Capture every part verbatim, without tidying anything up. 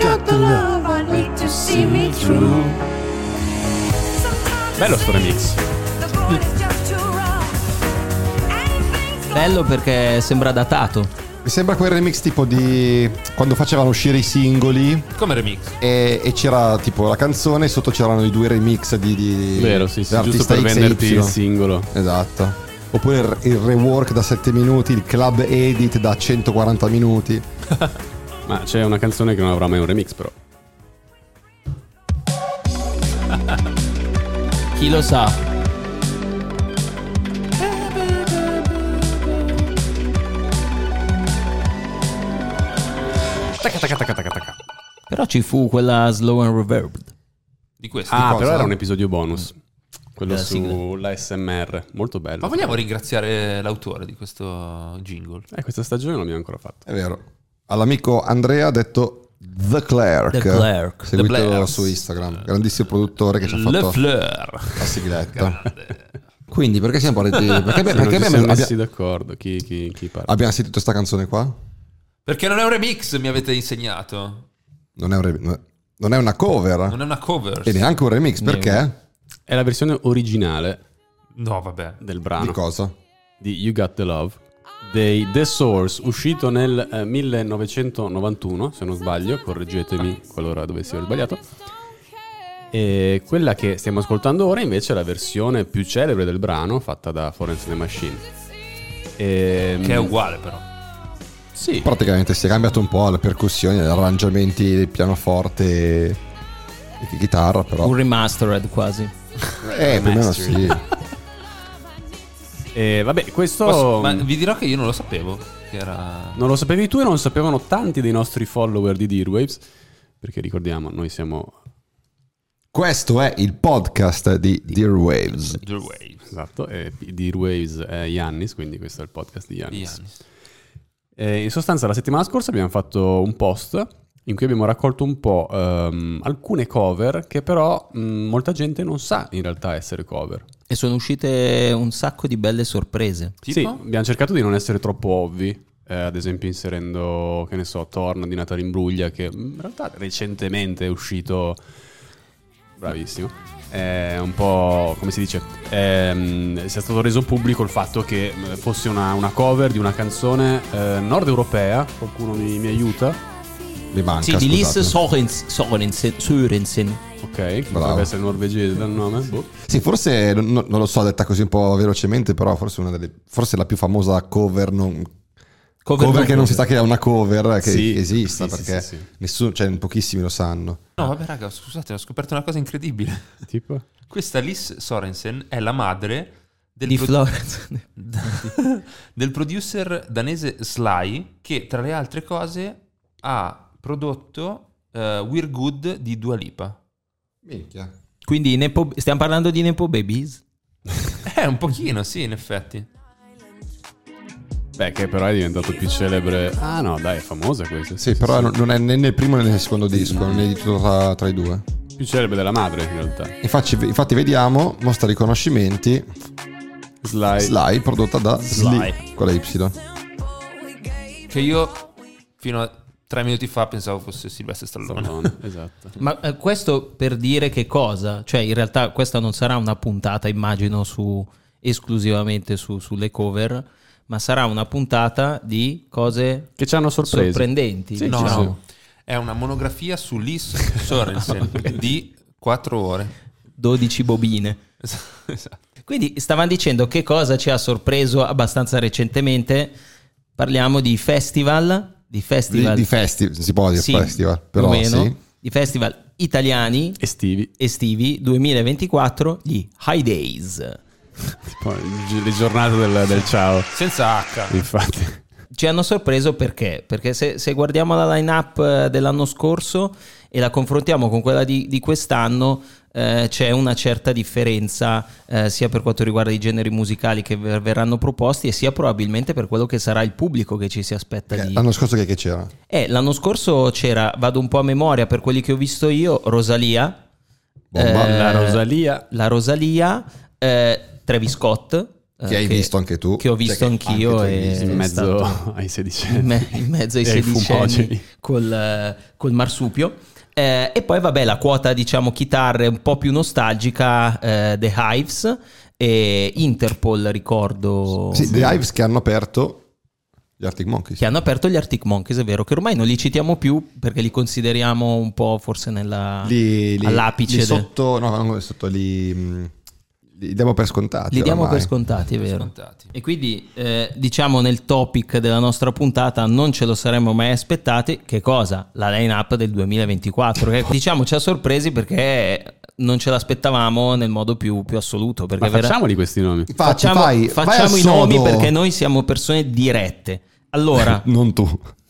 got the love I need to see me through. Bello sto remix. Bello perché sembra datato. Mi sembra quel remix tipo di quando facevano uscire i singoli. Come remix? E, e c'era tipo la canzone e sotto c'erano i due remix di, di Vero, sì, sì, dell'artista giusto per X e venderti Y. il singolo. Esatto. Oppure il, il rework da sette minuti, il club edit da centoquaranta minuti. Ma c'è una canzone che non avrà mai un remix, però. Chi lo sa? Tacca, tacca, tacca, tacca, tacca. Però ci fu quella slow and reverbed. Di questo. Ah, cosa? però era un episodio bonus. Quello La sigla. sull'A S M R. Molto bello. Ma vogliamo ringraziare l'autore di questo jingle? Eh, questa stagione non l'abbiamo ancora fatta. È vero. All'amico Andrea ha detto The Clerk. The Clerk. Seguitelo The Blairs. su Instagram. Grandissimo produttore che ci ha Le fatto Fleur. la sigletta. Quindi perché siamo partiti? Perché, Sì, perché non ci abbiamo, siamo messi abbia- d'accordo. Chi, chi, chi parla? abbiamo sentito questa canzone qua? Perché non è un remix, mi avete insegnato. Non è, un re- non è una cover. Non è una cover. E neanche un remix. Perché? È la versione originale No, vabbè. del Di brano cosa? di You Got the Love dei The Source, uscito nel eh, millenovecentonovantuno, se non sbaglio, correggetemi qualora dovessi aver sbagliato. E quella che stiamo ascoltando ora invece è la versione più celebre del brano, fatta da Florence and the Machine. E, Che è uguale però. sì, Praticamente si è cambiato un po' le percussioni, gli arrangiamenti del pianoforte e di chitarra, però. Un remastered quasi. Eh, più o meno sì. e vabbè, questo Posso- ma vi dirò che io non lo sapevo. Che era. non lo sapevi tu e non lo sapevano tanti dei nostri follower di Dearwaves, perché ricordiamo, noi siamo Questo è il podcast di Dear Waves. The Wave. esatto, e Dearwaves è Yannis, quindi questo è il podcast di Yannis. Yannis. E in sostanza la settimana scorsa abbiamo fatto un post in cui abbiamo raccolto un po' ehm, alcune cover che però mh, molta gente non sa in realtà essere cover. E sono uscite un sacco di belle sorprese. Tipo? Sì, abbiamo cercato di non essere troppo ovvi, eh, ad esempio inserendo, che ne so, Torna di Natale Imbruglia, che in realtà recentemente è uscito, bravissimo, è un po', come si dice, ehm, sia stato reso pubblico il fatto che fosse una, una cover di una canzone eh, nord europea, qualcuno mi, mi aiuta? Mi manca, Sì, di Lis scusate. Sorensen, Sorensen. Ok, che Bravo. potrebbe essere norvegese dal nome, boh. Sì, forse non, non lo so, detta così un po' velocemente, però forse una delle forse la più famosa cover non cover, non che non si sa che è una cover che Sì, esista, sì, sì, perché sì, sì. nessuno, cioè pochissimi lo sanno. No, vabbè, raga, scusate, ho scoperto una cosa incredibile. Tipo? Questa Lis Sorensen è la madre del, di pro- Florence. del producer danese Sly, che tra le altre cose ha prodotto uh, We're Good di Dua Lipa. Minchia. Quindi Nepo, stiamo parlando di Nepo Babies? Eh, un pochino, sì, in effetti. Beh, che però è diventato più celebre. Ah no, dai, è famosa questa. Sì, però non- non è né nel primo né nel secondo disco, non è di tutto tra, tra i due. Più celebre della madre in realtà. Infatti, infatti vediamo, mostra riconoscimenti, Sly. Sly prodotta da Sly. Sly con la Y. Che io fino a tre minuti fa pensavo fosse Sylvester Stallone. Stallone, esatto. Ma eh, questo per dire che cosa? Cioè in realtà questa non sarà una puntata, immagino, su esclusivamente su, sulle cover, ma sarà una puntata di cose Che ci hanno sorpresi. sorprendenti. Sì, No, diciamo. no, è una monografia su Lis Sorensen di quattro ore. dodici bobine. Esatto. Quindi stavamo dicendo che cosa ci ha sorpreso abbastanza recentemente. Parliamo di festival, di Di, festival, di festival, si può dire sì, festival, più però o meno, sì. di festival italiani Estivi. estivi duemilaventiquattro, gli High Days. Tipo il- le giornate del, del ciao. Senza H. Infatti. Ci hanno sorpreso perché? Perché se, se guardiamo la line-up eh, dell'anno scorso e la confrontiamo con quella di, di quest'anno, eh, c'è una certa differenza eh, sia per quanto riguarda i generi musicali che ver- verranno proposti e sia probabilmente per quello che sarà il pubblico che ci si aspetta Che di... L'anno scorso che, che c'era? Eh, l'anno scorso c'era, vado un po' a memoria per quelli che ho visto io, Rosalia, Bomba. Eh, La Rosalia. la Rosalia, eh, Travis Scott, eh, Che hai visto anche tu. Che ho visto Cioè, che anch'io anche tu hai e visto. In è mezzo stato- ai sedicenni. in, me- in mezzo ai E ai sedicenni fumogeni. col, col marsupio. Eh, e poi vabbè la quota diciamo chitarre un po' più nostalgica, eh, The Hives e Interpol, ricordo, Sì, The Hives che hanno aperto gli Arctic Monkeys. che hanno aperto gli Arctic Monkeys, è vero, che ormai non li citiamo più perché li consideriamo un po' forse nella, Li, li- all'apice li del- sotto, no, no, sotto li, mh, li diamo per scontati. li diamo oramai. per scontati, è vero. Scontati. E quindi eh, diciamo nel topic della nostra puntata non ce lo saremmo mai aspettati. Che cosa? La line-up del duemilaventiquattro, che diciamo ci ha sorpresi perché non ce l'aspettavamo nel modo più, più assoluto. Perché Ma vera- facciamoli questi nomi. Infatti, facciamo, vai- facciamo vai i al nomi sodo. perché noi siamo persone dirette. Allora, Non tu.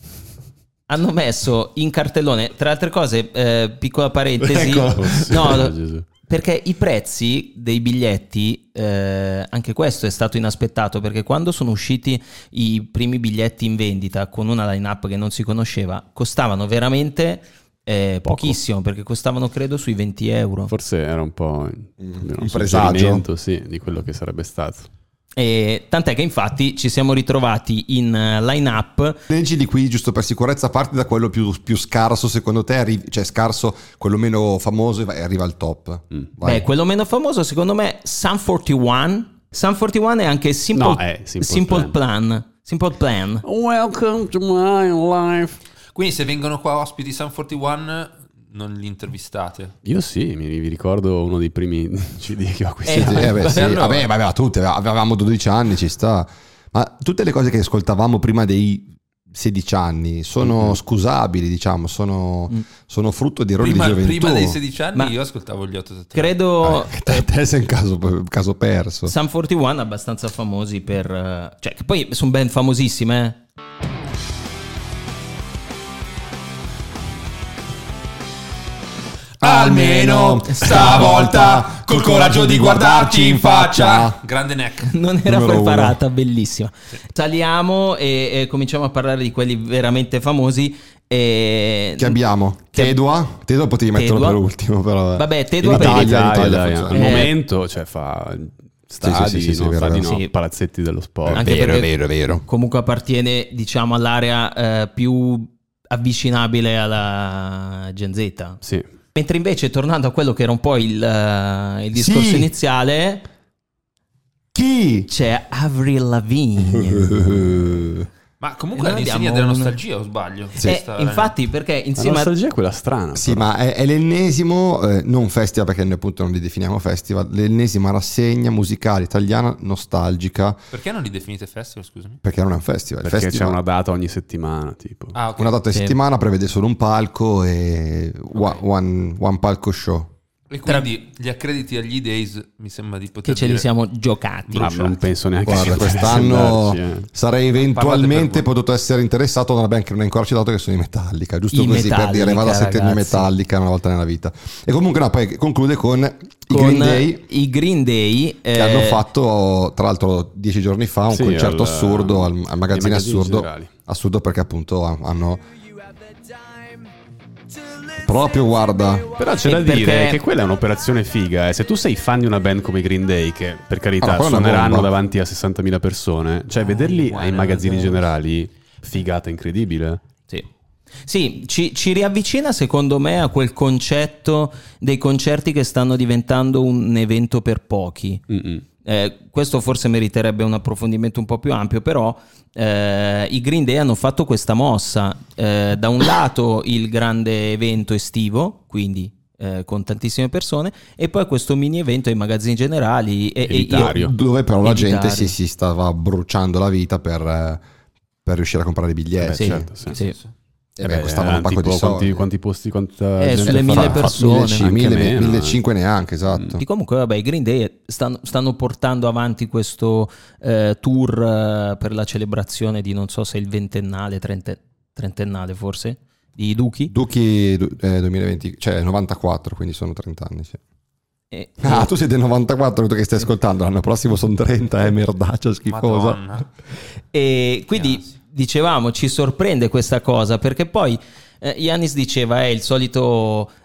hanno messo in cartellone, tra altre cose, eh, piccola parentesi, Ecco. no, Oh, Gesù. perché i prezzi dei biglietti, eh, anche questo è stato inaspettato, perché quando sono usciti i primi biglietti in vendita con una line-up che non si conosceva, costavano veramente eh, pochissimo, perché costavano credo sui venti euro. Forse era un po' un, un presagio. suggerimento, sì, di quello che sarebbe stato. E tant'è che infatti ci siamo ritrovati in eh, line-up. Leggi di qui, giusto per sicurezza, parti da quello più, più scarso secondo te, arrivi- cioè scarso, quello meno famoso e vai- arriva al top. Mm. Vai. Beh, quello meno famoso secondo me Sum quarantuno. Sum quarantuno è anche Simple, No, è Simple Simple Plan. Plan. Simple Plan. Welcome to my life. Quindi se vengono qua ospiti Sum quarantuno non li intervistate. Io sì, mi, mi ricordo uno dei primi C D che ho Eh, acquistato. Sì, eh, beh, sì. allora. Vabbè, vabbè, tutti, avevamo dodici anni, ci sta. Ma tutte le cose che ascoltavamo prima dei sedici anni sono Mm. scusabili, diciamo, sono, sono frutto di errori Prima, di gioventù. prima dei sedici anni Ma- io ascoltavo gli otto otto tre. Credo Eh, te, te sei un caso, caso perso. Sum quarantuno abbastanza famosi per... eh, cioè, che poi sono ben famosissime, eh. Almeno stavolta col coraggio di guardarci in faccia. Grande neck. Non era Numero preparata, bellissima. Saliamo e, e cominciamo a parlare di quelli veramente famosi. E... Che abbiamo? Che- Tedua? Tedua potevi metterlo Tedua. per ultimo, però. Vabbè, In Tedua Italia, perché- Italia, in Italia dai, funziona. al Eh. momento cioè, fa stadi, sì, sì, sì, non vero, fa di vero. no, Sì. palazzetti dello sport. Anche vero, perché è vero, è vero. comunque appartiene, diciamo, all'area eh, più avvicinabile alla Gen Z. Sì. Mentre invece, tornando a quello che era un po' il, eh, il discorso Sì. iniziale, Chi? c'è Avril Lavigne. Ma comunque E è noi all'insegna abbiamo della un- nostalgia, o sbaglio? Eh, Questa- infatti, perché La insieme a... nostalgia è quella strana. Sì, però. ma è, è l'ennesimo, eh, non festival perché noi appunto non li definiamo festival, l'ennesima rassegna musicale italiana nostalgica, Perché non li definite festival, scusami? perché non è un festival. Il Perché festival- c'è una data ogni settimana, tipo. Ah, ok. una data a Sì. settimana prevede solo un palco e one, one- one palco show. E quindi gli accrediti agli days mi sembra di poter che ce li dire- siamo giocati. Ma non penso neanche Guarda, che potesse quest'anno andarci, eh. sarei Parlate eventualmente per voi. potuto essere interessato da una band che non è ancora citato, che sono i Metallica, giusto I così per Metallica, dire vado a sentirmi ragazzi. Metallica una volta nella vita. E comunque no, poi conclude con i Con Green Day i Green Day che eh, hanno fatto tra l'altro dieci giorni fa un Sì, concerto al- assurdo al, al ai magazzino magazzini assurdo generali. assurdo perché appunto hanno proprio guarda Però c'è E da dire perché- che quella è un'operazione figa. eh. Se tu sei fan di una band come i Green Day, che per carità Ah, poi è una suoneranno bomba. davanti a sessantamila persone, cioè vederli buona, ai magazzini ragazzi. generali, figata incredibile. Sì, sì ci, ci riavvicina secondo me a quel concetto dei concerti che stanno diventando un evento per pochi. Mm-mm. Eh, questo forse meriterebbe un approfondimento un po' più ampio, però eh, i Green Day hanno fatto questa mossa. Eh, da un lato il grande evento estivo, quindi eh, con tantissime persone, e poi questo mini evento ai magazzini generali. E, e io- Elitario. dove però la Elitario. gente si, si stava bruciando la vita per, eh, per riuscire a comprare i biglietti. Beh, sì, certo, sì. sì. E Eh beh, beh, costavano un erano pacco di tipo soldi. quanti, quanti posti, quanta Eh, gente sulle fa? mille Fa- persone. mille, anche mille, meno, mille eh. cinque neanche, esatto. Di comunque, vabbè, i Green Day stanno, stanno portando avanti questo eh, tour eh, per la celebrazione di non so se il ventennale, trente, trentennale forse, di Duki. Duchi du- eh, duemilaventi, cioè novantaquattro, quindi sono trenta anni, sì. E- Ah, tu sei del novantaquattro, tu che stai ascoltando, l'anno prossimo sono trenta, eh, merdaccia schifosa. Madonna. E quindi Grazie. dicevamo, ci sorprende questa cosa perché poi eh, Yannis diceva è il solito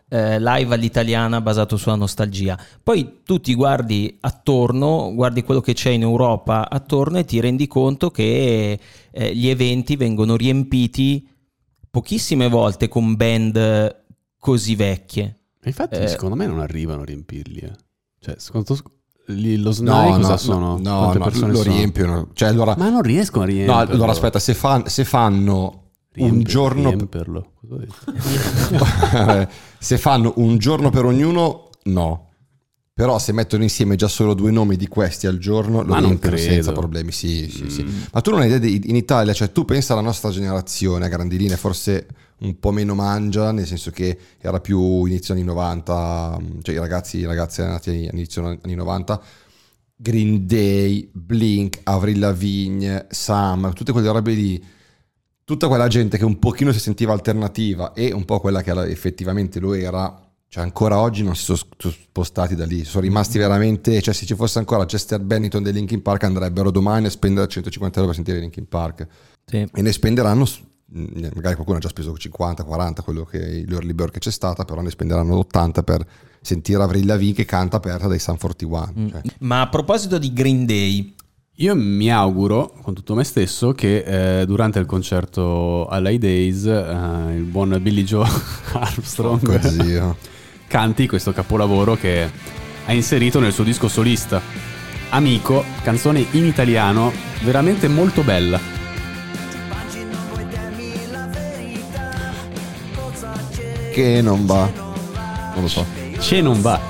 eh, live all'italiana basato sulla nostalgia. Poi tu ti guardi attorno, guardi quello che c'è in Europa attorno e ti rendi conto che eh, gli eventi vengono riempiti pochissime volte con band così vecchie. Infatti, Eh, secondo me non arrivano a riempirli. Eh. Cioè, secondo lì, lo No, Snai cosa no, sono? no, Quante no, persone lo sono? riempiono. Cioè, allora, Ma non riescono a no, riempirlo. allora aspetta, se, fan- se fanno un Riempirlo, giorno riempirlo. Cosa ho detto? se fanno un giorno per ognuno, no. Però se mettono insieme già solo due nomi di questi al giorno, lo Ma non riempiono credo. senza problemi. Sì, sì, Mm. sì. Ma tu non hai idea di, in Italia, cioè tu pensa alla nostra generazione, a grandi linee, forse un po' meno mangia, nel senso che era più inizio anni novanta, cioè i ragazzi, i ragazzi nati inizio anni novanta, Green Day, Blink, Avril Lavigne, Sam, tutte quelle robe lì. Tutta quella gente che un pochino si sentiva alternativa e un po' quella che effettivamente lo era, cioè ancora oggi non si sono spostati da lì, sono rimasti veramente, cioè se ci fosse ancora Chester Bennington dei Linkin Park andrebbero domani a spendere centocinquanta euro per sentire i Linkin Park Sì. e ne spenderanno, magari qualcuno ha già speso cinquanta quaranta, quello che l'early bird che c'è stata, però ne spenderanno ottanta per sentire Avril Lavigne che canta aperta dai Sum quarantuno. Mm. Cioè. Ma a proposito di Green Day, Io mi auguro, con tutto me stesso, che eh, durante il concerto all'A I Days eh, il buon Billy Joe Armstrong Porco zio. canti questo capolavoro che ha inserito nel suo disco solista. Amico, canzone in italiano, veramente molto bella. Che non va, non lo so. C'è non va.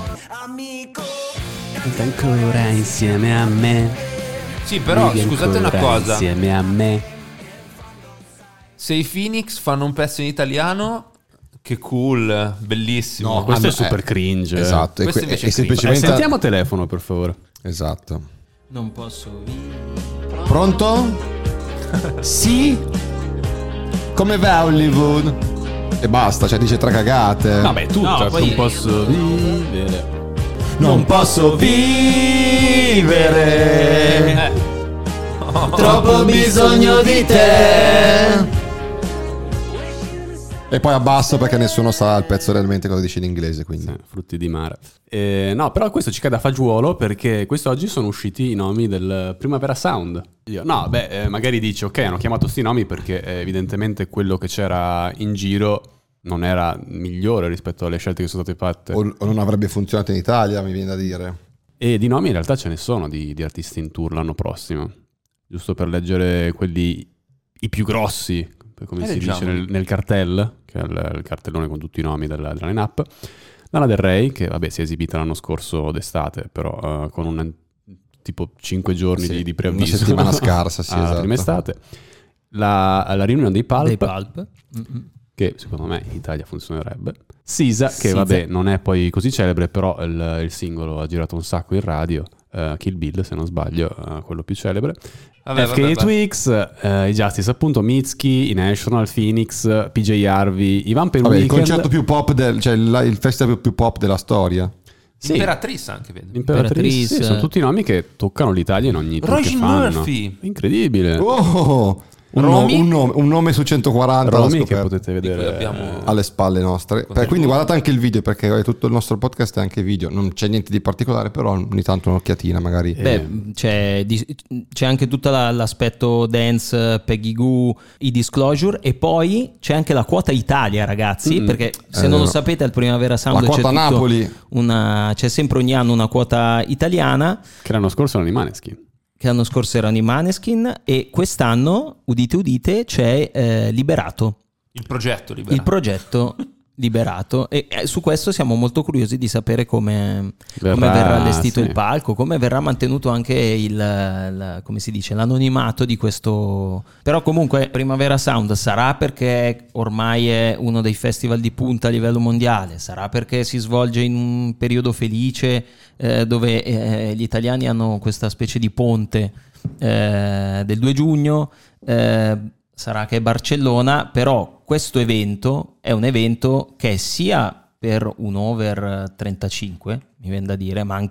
Canta ancora insieme a me. Sì, però Vivi scusate una ancora cosa. insieme a me. Se i Phoenix fanno un pezzo in italiano, che cool, bellissimo. No, Questo Ah, è super eh, cringe. Esatto, e, Questo que- invece e è cringe. Eh, semplicemente sentiamo telefono, per favore. esatto. non posso Pronto? Sì? Come va Hollywood? E basta, cioè dice tre cagate. Vabbè, tutta, No, poi- non posso vivere. Non posso vivere. Troppo bisogno di te. E poi abbasso perché nessuno sa il pezzo realmente cosa dice in inglese, quindi. Sì, frutti di mare. Eh, no, però questo ci cade a fagiolo perché quest'oggi sono usciti i nomi del Primavera Sound. Io, no, beh, eh, magari dici, ok, hanno chiamato sti nomi perché eh, evidentemente quello che c'era in giro non era migliore rispetto alle scelte che sono state fatte. O, o non avrebbe funzionato in Italia, mi viene da dire. E di nomi in realtà ce ne sono di, di artisti in tour l'anno prossimo. Giusto per leggere quelli i più grossi, come Eh, si leggiamo. dice nel, nel cartel, che è il, il cartellone con tutti i nomi della, della line-up. Lana Del Rey, che vabbè si è esibita l'anno scorso d'estate, però uh, con un tipo cinque giorni Sì, di, di preavviso. una settimana scarsa, sì, alla esatto. prima estate. La, la riunione dei Pulp, Dei Pulp. Mm-mm. che secondo me in Italia funzionerebbe. Sisa, che Sisa. vabbè non è poi così celebre, però il, il singolo ha girato un sacco in radio. Uh, Kill Bill, se non sbaglio, uh, quello più celebre. Vabbè, F K vabbè, Twigs, uh, i Justice appunto, Mitski, i National, Phoenix, P J Harvey, i Vampire Vabbè, il Weekend. concerto più pop del, cioè il, il festival più pop della storia. Sì. Imperatrice anche, vedo. Imperatrice, Imperatrice. sì, sono tutti nomi che toccano l'Italia in ogni tour che Roger fanno. Murphy. Incredibile. Oh, un, Romy? no- un nome, un nome su centoquaranta l'ho Romy che scoperto. potete Di cui vedere abbiamo- alle spalle nostre. Contributo. Eh, quindi guardate anche il video perché eh, tutto il nostro podcast è anche video. Non c'è niente di particolare, però ogni tanto un'occhiatina magari. Eh, Beh, c'è, di- c'è anche tutto l'aspetto dance, Peggy Goo, i Disclosure e poi c'è anche la quota Italia, ragazzi, Mm. perché se Eh, non lo no. sapete al Primavera Sound La c'è, quota tutto Napoli. una, c'è sempre ogni anno una quota italiana. che l'anno scorso erano i Maneskin. Che l'anno scorso erano i Maneskin e quest'anno, udite udite, c'è eh, Liberato, Il progetto libero. il progetto Liberato e eh, su questo siamo molto curiosi di sapere come Verrà, come verrà allestito sì. il palco, come verrà mantenuto anche il, la- come si dice, l'anonimato di questo. Però comunque Primavera Sound sarà perché ormai è uno dei festival di punta a livello mondiale, sarà perché si svolge in un periodo felice eh, dove eh, gli italiani hanno questa specie di ponte eh, del due giugno, eh, sarà che è Barcellona, però questo evento è un evento che è sia per un over trentacinque, mi viene da dire, ma anche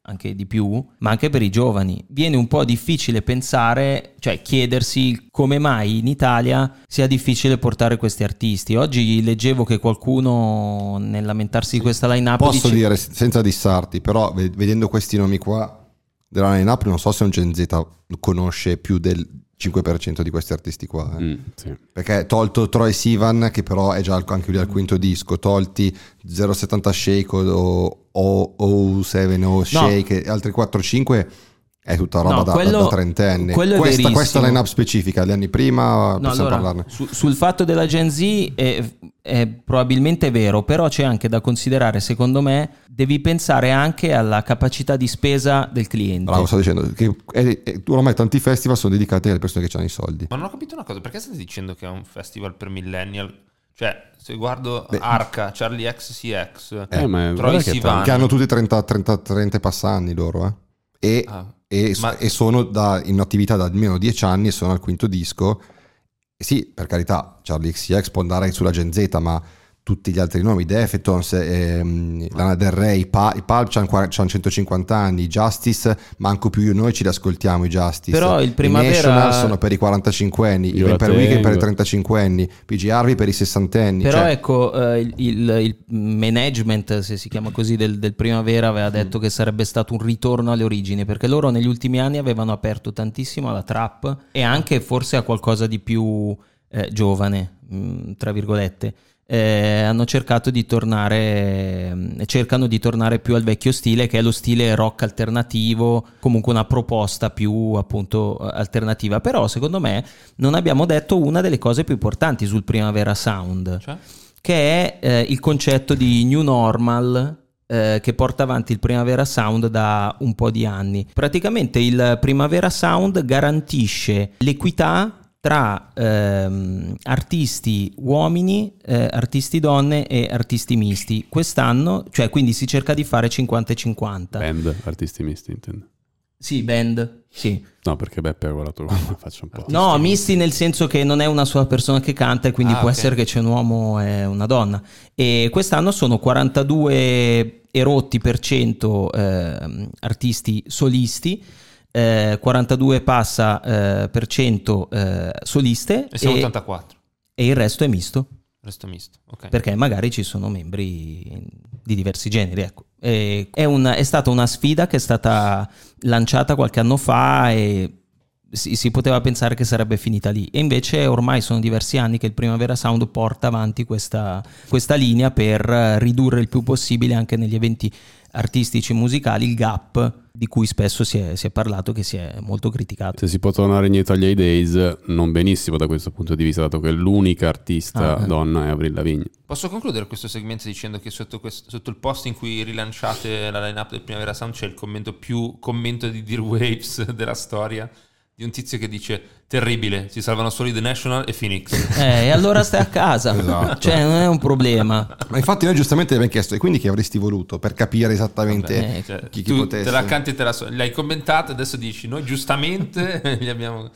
anche di più, ma anche per i giovani. Viene un po' difficile pensare, cioè chiedersi come mai in Italia sia difficile portare questi artisti. Oggi leggevo che qualcuno nel lamentarsi di questa line-up Posso dice... dire, senza dissarti, però vedendo questi nomi qua della line-up, non so se un Gen Z conosce più del cinque per cento di questi artisti qua, eh. Mm, sì. Perché tolto Troye Sivan, che però è già anche lui al quinto disco, tolti zero settanta Shake o, o, o sette o Shake e altri quattro cinque, è tutta roba No, da, quello- da, da trentenne. quello è Questa, verissimo. questa line-up specifica, gli anni prima No, possiamo allora, parlarne. su- sul fatto della Gen Z è, è probabilmente vero, però c'è anche da considerare, secondo me, devi pensare anche alla capacità di spesa del cliente. Bravo, sto dicendo che è, è, ormai tanti festival sono dedicati alle persone che hanno i soldi. Ma non ho capito una cosa, perché state dicendo che è un festival per millennial? Cioè, se guardo Beh, Arca, Charlie X C X, Eh, ma Troye guarda che Sivan, Che hanno tutti trenta, trenta, trenta passanni loro, eh. E, Ah, e, ma- e sono da, in attività da almeno dieci anni e sono al quinto disco. E sì, per carità, Charlie X C X può andare sulla Gen Z, ma tutti gli altri nomi, Deftones, ehm, Lana Del Rey, pa- i Pulp c'hanno centocinquanta anni, i Justice manco più noi ci li ascoltiamo, i Justice. Però il I Primavera- National sono per i quarantacinquenni, i Io la Vampire Weekend per i tengo. trentacinquenni, P G Harvey per i sessantenni. Però cioè, ecco, eh, il, il- il management, se si chiama così, del, del Primavera aveva detto che sarebbe stato un ritorno alle origini, perché loro negli ultimi anni avevano aperto tantissimo alla trap e anche forse a qualcosa di più eh, giovane, mh, tra virgolette. Eh, hanno cercato di tornare, mh, cercano di tornare più al vecchio stile, che è lo stile rock alternativo, comunque una proposta più appunto alternativa. Però secondo me non abbiamo detto una delle cose più importanti sul Primavera Sound, cioè? che è eh, il concetto di New Normal eh, che porta avanti il Primavera Sound da un po' di anni. Praticamente il Primavera Sound garantisce l'equità tra ehm, artisti uomini, eh, artisti donne e artisti misti. Quest'anno, cioè quindi si cerca di fare cinquanta e cinquanta. Band, artisti misti, intendo. Sì, band, sì. No, perché Beppe ha guardato come faccio un po'. No, misti nel senso che non è una sola persona che canta e quindi Ah, può ok. essere che c'è un uomo e una donna. E quest'anno sono quarantadue e rotti per cento eh, artisti solisti, eh, quarantadue passa eh, per cento eh, soliste E siamo e, ottantaquattro, e il resto è misto, resto misto, ok. perché magari ci sono membri di diversi generi, ecco. E è, un- è stata una sfida che è stata lanciata qualche anno fa e si, si poteva pensare che sarebbe finita lì, e invece ormai sono diversi anni che il Primavera Sound porta avanti questa, questa linea per ridurre il più possibile anche negli eventi artistici e musicali il gap di cui spesso si è, si è parlato, che si è molto criticato. Se si può tornare indietro agli A-Days, non benissimo da questo punto di vista, dato che l'unica artista Ah, eh. donna è Avril Lavigne. Posso concludere questo segmento dicendo che sotto, questo- sotto il post in cui rilanciate la line-up del Primavera Sound c'è il commento più commento di Dear Waves della storia, di un tizio che dice: terribile, si salvano solo i The National e Phoenix. Eh, e allora stai a casa, Esatto. cioè non è un problema. Ma infatti noi giustamente abbiamo chiesto, e quindi che avresti voluto per capire esattamente Vabbè, Cioè, chi, chi tu potesse. te la canti e te la so- l'hai commentato, adesso dici noi giustamente gli abbiamo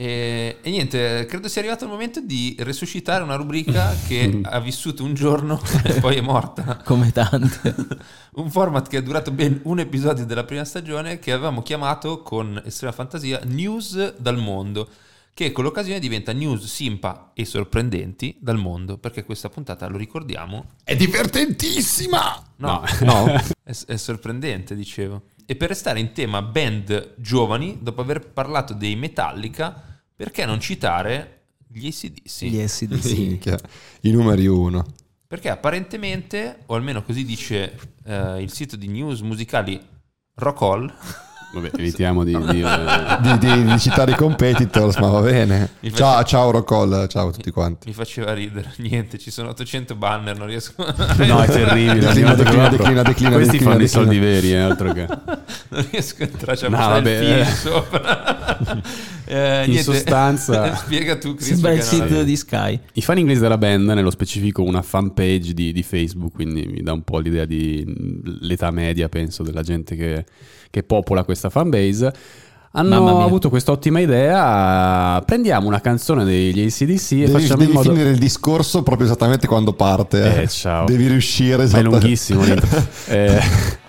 e, e niente, credo sia arrivato il momento di resuscitare una rubrica che ha vissuto un giorno e poi è morta. Come tante. Un format che è durato ben un episodio della prima stagione, che avevamo chiamato con estrema fantasia News dal mondo, che con l'occasione diventa news simpa e sorprendenti dal mondo, perché questa puntata, lo ricordiamo, È divertentissima! no, No. È, è sorprendente, dicevo. E per restare in tema band giovani, dopo aver parlato dei Metallica, perché non citare gli A C D C? Gli S D C. Minchia, i numeri uno. Perché apparentemente, o almeno così dice eh, il sito di news musicali Rock Hall, Vabbè, evitiamo di dire... Di, di- di citare i competitors, ma va bene. Mi Ciao, face- ciao Rockall, ciao a tutti quanti. mi faceva ridere. Niente, ci sono ottocento banner, non riesco, No, è terribile. Declina, arrivato declina, proprio. declina, declina, Questi declina, fanno i declina. soldi veri, eh, altro che... non riesco a entrare, c'è No, no, il vabbè. film sopra. Eh, In niente. sostanza- Spiega tu, Chris, Sembra il perché non- sito di Sky. I fan inglesi della band, nello specifico una fan page di, di Facebook, quindi mi dà un po' l'idea di l'età media, penso, della gente che, che popola questa fan base. Mamma Hanno mia. avuto questa ottima idea: prendiamo una canzone degli A C D C e Devi, facciamo devi in modo... finire il discorso proprio esattamente quando parte. Eh, Eh, ciao. Devi riuscire Ma è esattamente. lunghissimo l'intro. eh,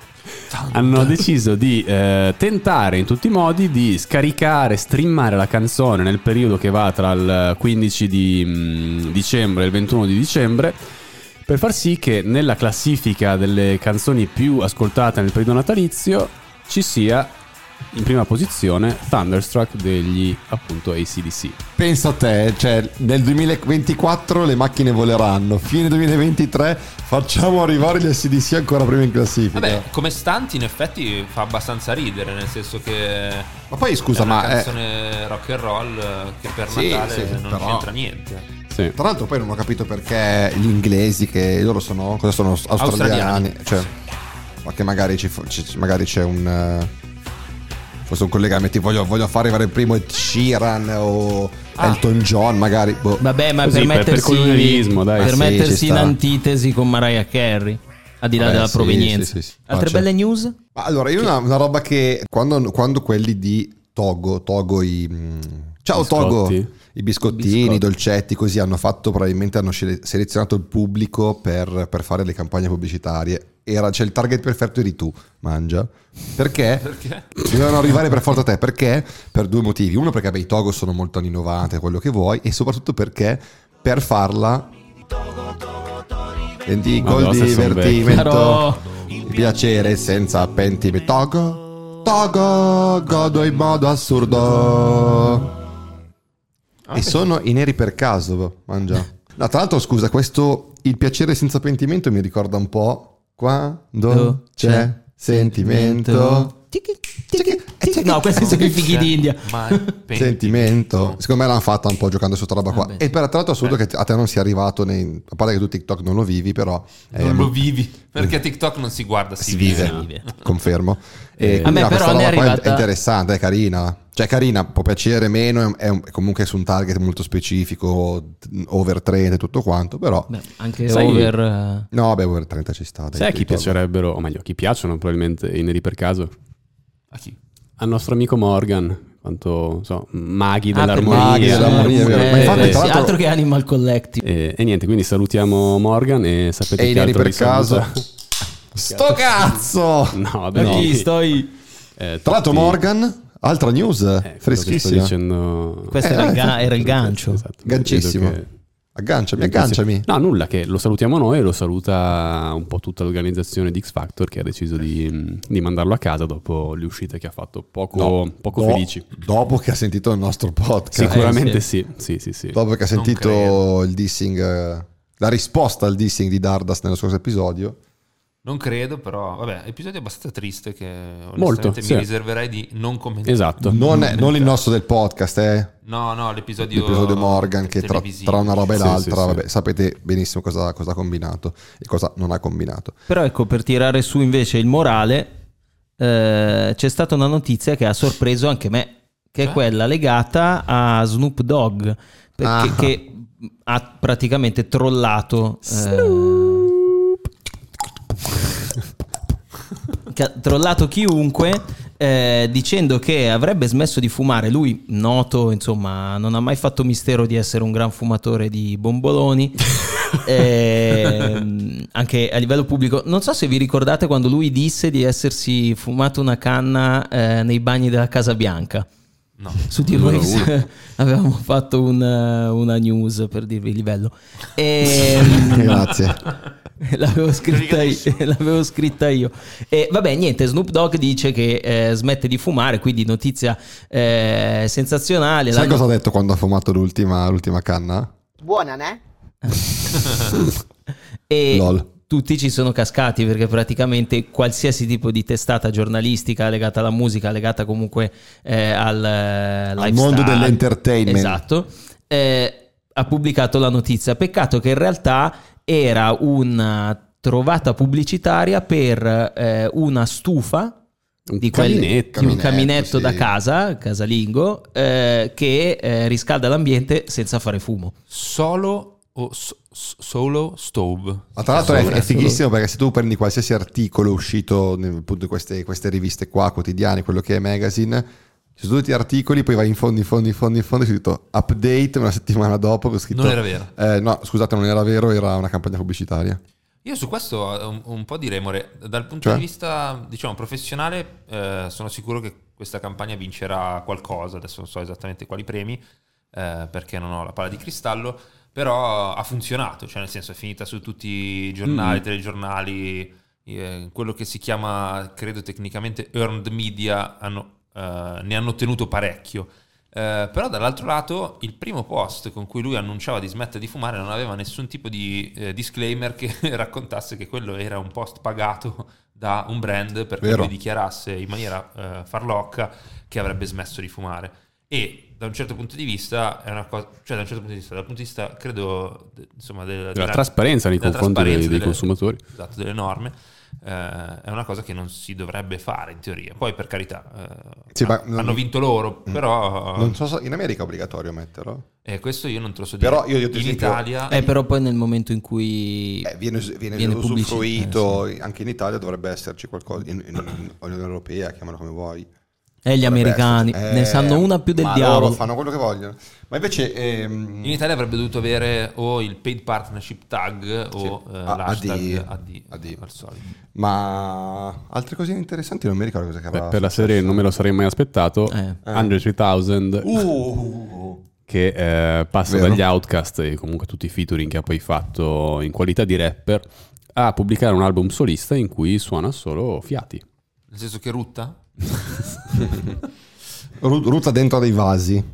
hanno deciso di eh, tentare in tutti i modi di scaricare, streamare la canzone nel periodo che va tra il quindici di mh, dicembre e il ventuno di dicembre, per far sì che nella classifica delle canzoni più ascoltate nel periodo natalizio ci sia in prima posizione Thunderstruck degli appunto A C D C. Pensa a te, cioè nel duemilaventiquattro le macchine voleranno, fine duemilaventitré facciamo arrivare gli A C D C ancora prima in classifica. Vabbè, come stanti in effetti fa abbastanza ridere, nel senso che ma poi scusa, è una ma canzone è... rock and roll che per sì, Natale sì, non però... c'entra niente. Sì. Tra l'altro poi non ho capito perché gli inglesi, che loro sono, cosa sono australiani, Australiani. cioè, ma che magari, ci, ci, magari c'è un... Uh, forse un collegamento, voglio, voglio fare il primo Ed Sheeran o ah. Elton John magari, boh. Vabbè, ma Così, per per- mettersi, per colonialismo, dai. per Ah, sì, mettersi ci in sta. antitesi con Mariah Carey, al di là Vabbè, della sì, provenienza. sì, sì, sì. Altre Ah, certo. belle news? Ma allora, io una, una roba che quando, quando quelli di Togo, Togo i mm, ciao Biscotti. Togo, i biscottini, Biscotti. i dolcetti, così hanno fatto, probabilmente hanno scele- selezionato il pubblico per, per fare le campagne pubblicitarie. Era, cioè il target perfetto eri tu, Mangia. Perché? Perché? Dovevano arrivare per forza a te. Perché? Per due motivi. Uno, perché beh, i Togo sono molto anni novanta, quello che vuoi, e soprattutto perché per farla senti gol Madonna, di se son divertimento, Caro. piacere senza pentimento. Togo, Togo, godo in modo assurdo. E sono i neri per caso, Mangia. No, tra l'altro, scusa, questo il piacere senza pentimento mi ricorda un po' quando c'è sentimento. Tiki, tiki, tiki. No, questi sono i fighi d'India. Mai Sentimento. Secondo me l'hanno fatta un po' giocando su sta roba qua. Vabbè, E per tra l'altro assurdo che a te non sia arrivato nei... A parte che tu TikTok non lo vivi, però eh, Non lo vivi, perché TikTok non si guarda, si, si vive, vive. Confermo. E A quindi, me no, però questa ne è roba qua arrivata- è interessante, è carina. Cioè carina, può piacere meno, è, un- è comunque su un target molto specifico, over trenta e tutto quanto, però... Beh, anche Sai- over eh, No, beh, over trenta ci sta. dai, Sai a chi Togo. piacerebbero, o meglio, a chi piacciono probabilmente i neri per caso? A chi? Al nostro amico Morgan, quanto so, maghi ah, per dell'armonia. maghi dell'armonia, è vero. eh, Ma infatti, eh, tra sì, l'altro- altro che Animal Collective. E, e niente, quindi salutiamo Morgan e sapete E che i neri altro per vi saluta? caso? Sto cazzo! No, Da dai. chi sto? Eh, Tra l'altro tutti- Morgan, altra news, eh, quello che sto freschissima. dicendo... Questo Eh, era, il eh, ga- era il gancio. Esatto, Gancissimo. credo che- Agganciami, agganciami. No, nulla, che lo salutiamo noi e lo saluta un po' tutta l'organizzazione di X Factor che ha deciso di, di mandarlo a casa dopo le uscite che ha fatto poco, No, poco no, felici. Dopo che ha sentito il nostro podcast. Sicuramente eh, sì, sì, sì, sì. Dopo che ha sentito credo. il dissing, eh, la risposta al dissing di Dardas nello scorso episodio. Non credo, però, vabbè, episodio abbastanza triste che onestamente Molto, mi sì. riserverei di non commentare. Esatto. Non, è- non il nostro del podcast, eh. No, no, l'episodio, L'episodio Morgan, che tra, televisivo. tra una roba e Sì, l'altra, sì, sì. vabbè, sapete benissimo cosa, cosa ha combinato e cosa non ha combinato. Però ecco, per tirare su invece il morale, eh, c'è stata una notizia che ha sorpreso anche me, che è Cioè? quella legata a Snoop Dogg, perché Ah. che ha praticamente trollato... eh, che ha trollato chiunque eh, dicendo che avrebbe smesso di fumare. Lui, noto, insomma, non ha mai fatto mistero di essere un gran fumatore di bomboloni. Ehm, anche a livello pubblico, non so se vi ricordate quando lui disse di essersi fumato una canna eh, nei bagni della Casa Bianca. No. Su T-Waves avevamo fatto una, una news per dirvi il livello. E, Grazie. l'avevo, scritta io, l'avevo scritta io. E vabbè, niente, Snoop Dogg dice che eh, smette di fumare, quindi notizia eh, sensazionale. Sai L'hanno- cosa ha detto quando ha fumato l'ultima, l'ultima canna? Buona, né? E Lol. tutti ci sono cascati perché praticamente qualsiasi tipo di testata giornalistica legata alla musica, legata comunque eh, al, eh, lifestyle, mondo dell'entertainment. esatto, eh, ha pubblicato la notizia. Peccato che in realtà era una trovata pubblicitaria per eh, una stufa Un di quelli- caminetto. di un Caminetto, caminetto sì. da casa, casalingo, eh, che eh, riscalda l'ambiente senza fare fumo. Solo o so- solo stove. Ma tra l'altro è, Solo- è fighissimo perché se tu prendi qualsiasi articolo uscito nel- appunto in queste, queste riviste qua, quotidiane, quello che è magazine, ci sono tutti gli articoli, poi vai in fondo, in fondo, in fondo, in fondo, c'è scritto update una settimana dopo che ho scritto... Non era vero. Eh, no, scusate, non era vero, era una campagna pubblicitaria. Io su questo un, un po' di remore. Dal punto Cioè? di vista, diciamo, professionale, eh, sono sicuro che questa campagna vincerà qualcosa. Adesso non so esattamente quali premi, eh, perché non ho la palla di cristallo, però ha funzionato, cioè nel senso è finita su tutti i giornali, Mm. telegiornali, eh, quello che si chiama, credo tecnicamente, earned media, hanno, eh, ne hanno ottenuto parecchio. Eh, però dall'altro lato il primo post con cui lui annunciava di smettere di fumare non aveva nessun tipo di eh, disclaimer che raccontasse che quello era un post pagato da un brand perché Vero. lui dichiarasse in maniera eh, farlocca che avrebbe smesso di fumare. E da un certo punto di vista è una cosa, cioè da un certo punto di vista, dal punto di vista credo de- insomma del- Della della- trasparenza nei della confronti dei, trasparenza dei delle- consumatori. esatto, delle norme, eh, è una cosa che non si dovrebbe fare in teoria. Poi per carità, eh, Sì, ha- ma non- hanno vinto loro, però Non so se in America è obbligatorio metterlo. eh, questo io non te lo so dire. Però io- io ti in esempio- Italia Eh, però poi nel momento in cui Eh, viene, viene, Viene usufruito, pubblicità, anche in Italia dovrebbe esserci qualcosa, in, in, in Unione Europea, chiamalo come vuoi. eh, gli Dovrebbe americani esserci. ne Eh, sanno una più del ma diavolo. loro fanno quello che vogliono. Ma invece ehm, in Italia avrebbe dovuto avere o il paid partnership tag o Sì. eh, A- l'hashtag A D. A D, al solito. ma altre cose interessanti non mi ricordo cosa che Beh, aveva per la successo. serie non me lo sarei mai aspettato. Eh. hundred Uh, che eh, passa Vero. dagli Outcast e comunque tutti i featuring che ha poi fatto in qualità di rapper a pubblicare un album solista in cui suona solo fiati. Nel senso che rutta? Ru- Ruta dentro dei vasi.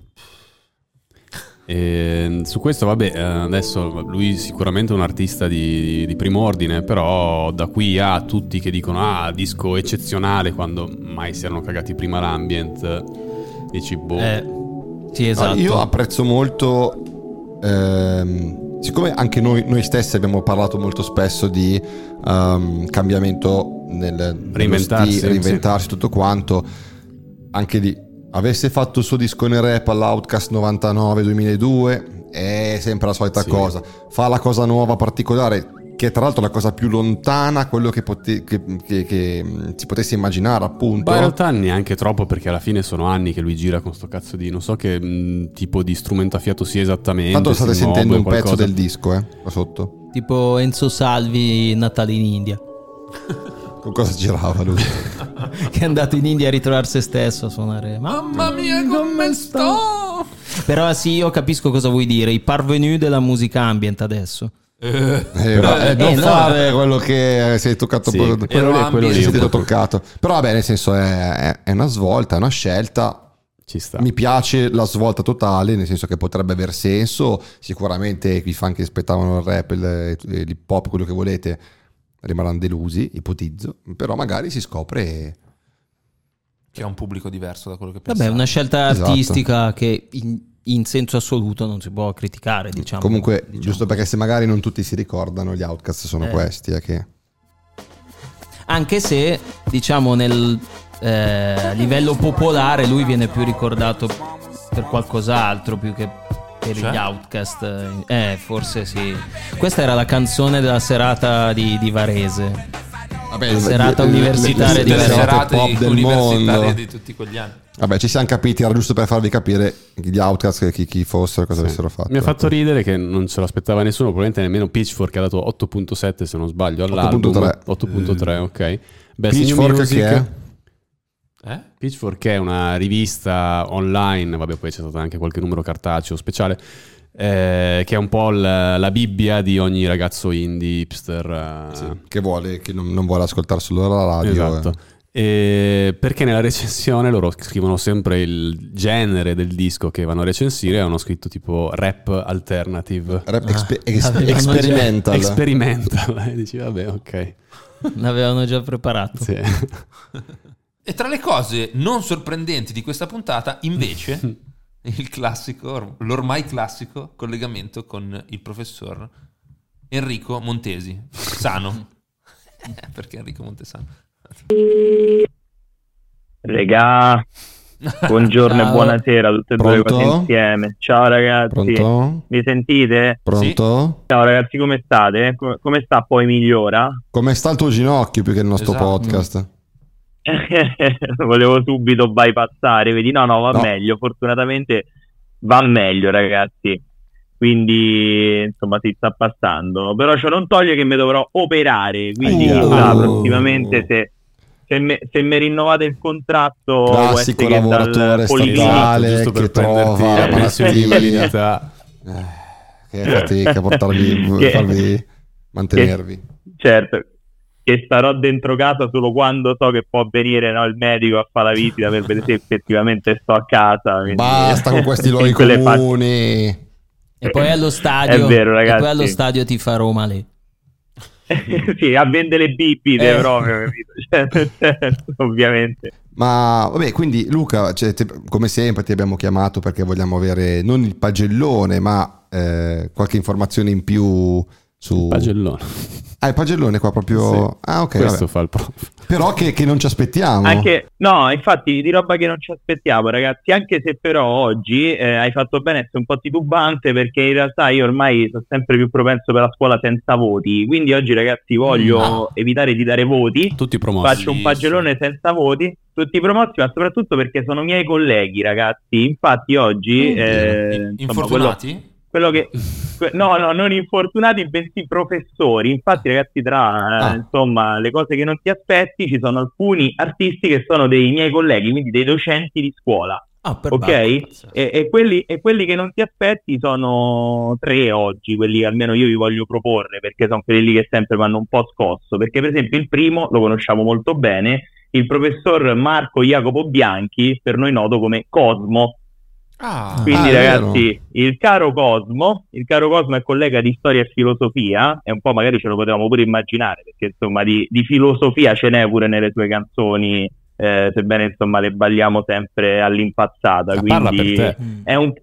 E su questo, vabbè, eh, adesso lui sicuramente è un artista di, di primo ordine, però da qui a tutti che dicono ah, disco eccezionale, quando mai si erano cagati prima l'ambient, dici boh. Eh, sì, esatto. No, io apprezzo molto, ehm, siccome anche noi, noi stessi abbiamo parlato molto spesso di ehm, cambiamento nel nello Reinventarsi, sti- reinventarsi tutto quanto, anche di avesse fatto il suo disco in rap all'Outcast novantanove duemiladue è sempre la solita Sì. cosa, fa la cosa nuova particolare che è tra l'altro la cosa più lontana a quello che, pote- che, che, che mh, si potesse immaginare, appunto. Ma in realtà neanche troppo, perché alla fine sono anni che lui gira con sto cazzo di non so che mh, tipo di strumento a fiato sia esattamente. Tanto state se nuovo sentendo è un pezzo qualcosa. del disco, eh, qua sotto. Tipo Enzo Salvi, Natale in India, Con cosa girava lui? che è andato in India a ritrovare se stesso a suonare. Mamma mia come sto! Però sì, io capisco cosa vuoi dire, i parvenu della musica ambient adesso. Eh, ma- eh, non eh, no. fare quello che sei toccato Sì, poco- quello Ero lì è quello ambient. lì, sei un stato po'. toccato. Però vabbè, nel senso è, è- è una svolta, è una scelta. Ci sta. Mi piace la svolta totale, nel senso che potrebbe aver senso. Sicuramente i fan che aspettavano il rap, il- l'hip hop, quello che volete, rimarranno delusi, ipotizzo. Però magari si scopre. Che ha un pubblico diverso da quello che Vabbè, è pensavo. una scelta Esatto. artistica che in, in senso assoluto non si può criticare, diciamo. Comunque, Diciamo. giusto perché se magari non tutti si ricordano, gli Outcast sono Eh. questi. È che... Anche se, diciamo, nel eh, livello popolare lui viene più ricordato per qualcos'altro più che per Cioè? gli Outcast. Eh, forse sì. Questa era la canzone della serata di, di Varese. Vabbè, Serata le- le- universitaria le- di le le Varese. serate serate pop di- del universitarie mondo. di tutti quegli anni. Vabbè, ci siamo capiti, era giusto per farvi capire gli Outcast chi, chi fossero, cosa Sì. avessero fatto. Mi ha fatto ecco. ridere che non ce l'aspettava nessuno, probabilmente nemmeno Pitchfork, che ha dato otto virgola sette se non sbaglio all'album. otto virgola tre. otto virgola tre, ok. Best New Pitchfork Music. che è? Eh? Pitchfork è una rivista online, vabbè, poi c'è stato anche qualche numero cartaceo speciale, eh, che è un po' la, la Bibbia di ogni ragazzo indie, hipster. eh. Sì, che vuole, che non, non vuole ascoltare solo la radio. Esatto. eh. E perché nella recensione loro scrivono sempre il genere del disco che vanno a recensire, hanno scritto tipo rap alternative. Rap Ah, expe- ex- avevano già- experimental. Experimental. E dici vabbè, ok. L'avevano già preparato. Sì. E tra le cose non sorprendenti di questa puntata, invece, il classico, l'ormai classico collegamento con il professor Enrico Montesi, Sano. Perché Enrico Montesano? Regà, buongiorno Ciao. e buonasera, tutte e due Pronto? cose insieme. Ciao ragazzi, Pronto? mi sentite? Pronto? Ciao ragazzi, come state? Come, come sta poi migliora? Come sta il tuo ginocchio più che il nostro Esatto. podcast? Volevo subito bypassare, vedi? No, no, va No. meglio, fortunatamente va meglio ragazzi. quindi insomma si sta passando, però ciò non toglie che mi dovrò operare, quindi Aia. chissà, Oh. prossimamente se, se, me, se mi rinnovate il contratto può Classico essere che dal lavoratore policlinico- statale giusto per che prenderti trova la pensione di malattie. invalidità. Eh, che fatica portarvi, Che- farvi mantenervi. certo, che starò dentro casa solo quando so che può venire, no, il medico a fare la visita per vedere se effettivamente sto a casa. quindi- Basta con questi luoghi in quelle fa- comuni. E poi allo stadio, È vero, e ragazzi. poi allo stadio ti fa Roma lì. sì, a vendere le bibite Eh. proprio, capito? Cioè, certo, ovviamente. Ma vabbè, quindi Luca, cioè, te- come sempre ti abbiamo chiamato perché vogliamo avere non il pagellone, ma eh, qualche informazione in più su... Pagellone. Ah, il pagellone qua proprio... Sì. Ah, ok, Questo vabbè. fa il prof. Però che, che non ci aspettiamo. Anche, no, infatti di roba che non ci aspettiamo, ragazzi, anche se però oggi eh, hai fatto bene a essere un po' titubante, perché in realtà io ormai sono sempre più propenso per la scuola senza voti, quindi oggi ragazzi voglio evitare di dare voti, Tutti promossi. faccio un pagellone senza voti, tutti promossi, ma soprattutto perché sono miei colleghi, ragazzi. Infatti oggi eh, insomma, quello, Infortunati? quello che que- no, no, non infortunati, bensì professori. Infatti, ragazzi, tra eh, Ah. insomma le cose che non ti aspetti, ci sono alcuni artisti che sono dei miei colleghi, quindi dei docenti di scuola. Ah, per Ok? E, e quelli, e quelli che non ti aspetti sono tre oggi, quelli che almeno io vi voglio proporre, perché sono quelli che sempre mi hanno un po' scosso. Perché, per esempio, il primo lo conosciamo molto bene, il professor Marco Jacopo Bianchi, per noi noto come Cosmo. Ah, Quindi, Ah, è ragazzi, il caro Cosmo, il caro Cosmo è collega di storia e filosofia, e un po' magari ce lo potevamo pure immaginare, perché insomma di, di filosofia ce n'è pure nelle tue canzoni, eh, sebbene insomma le balliamo sempre all'impazzata. Ma parla Quindi per te. è un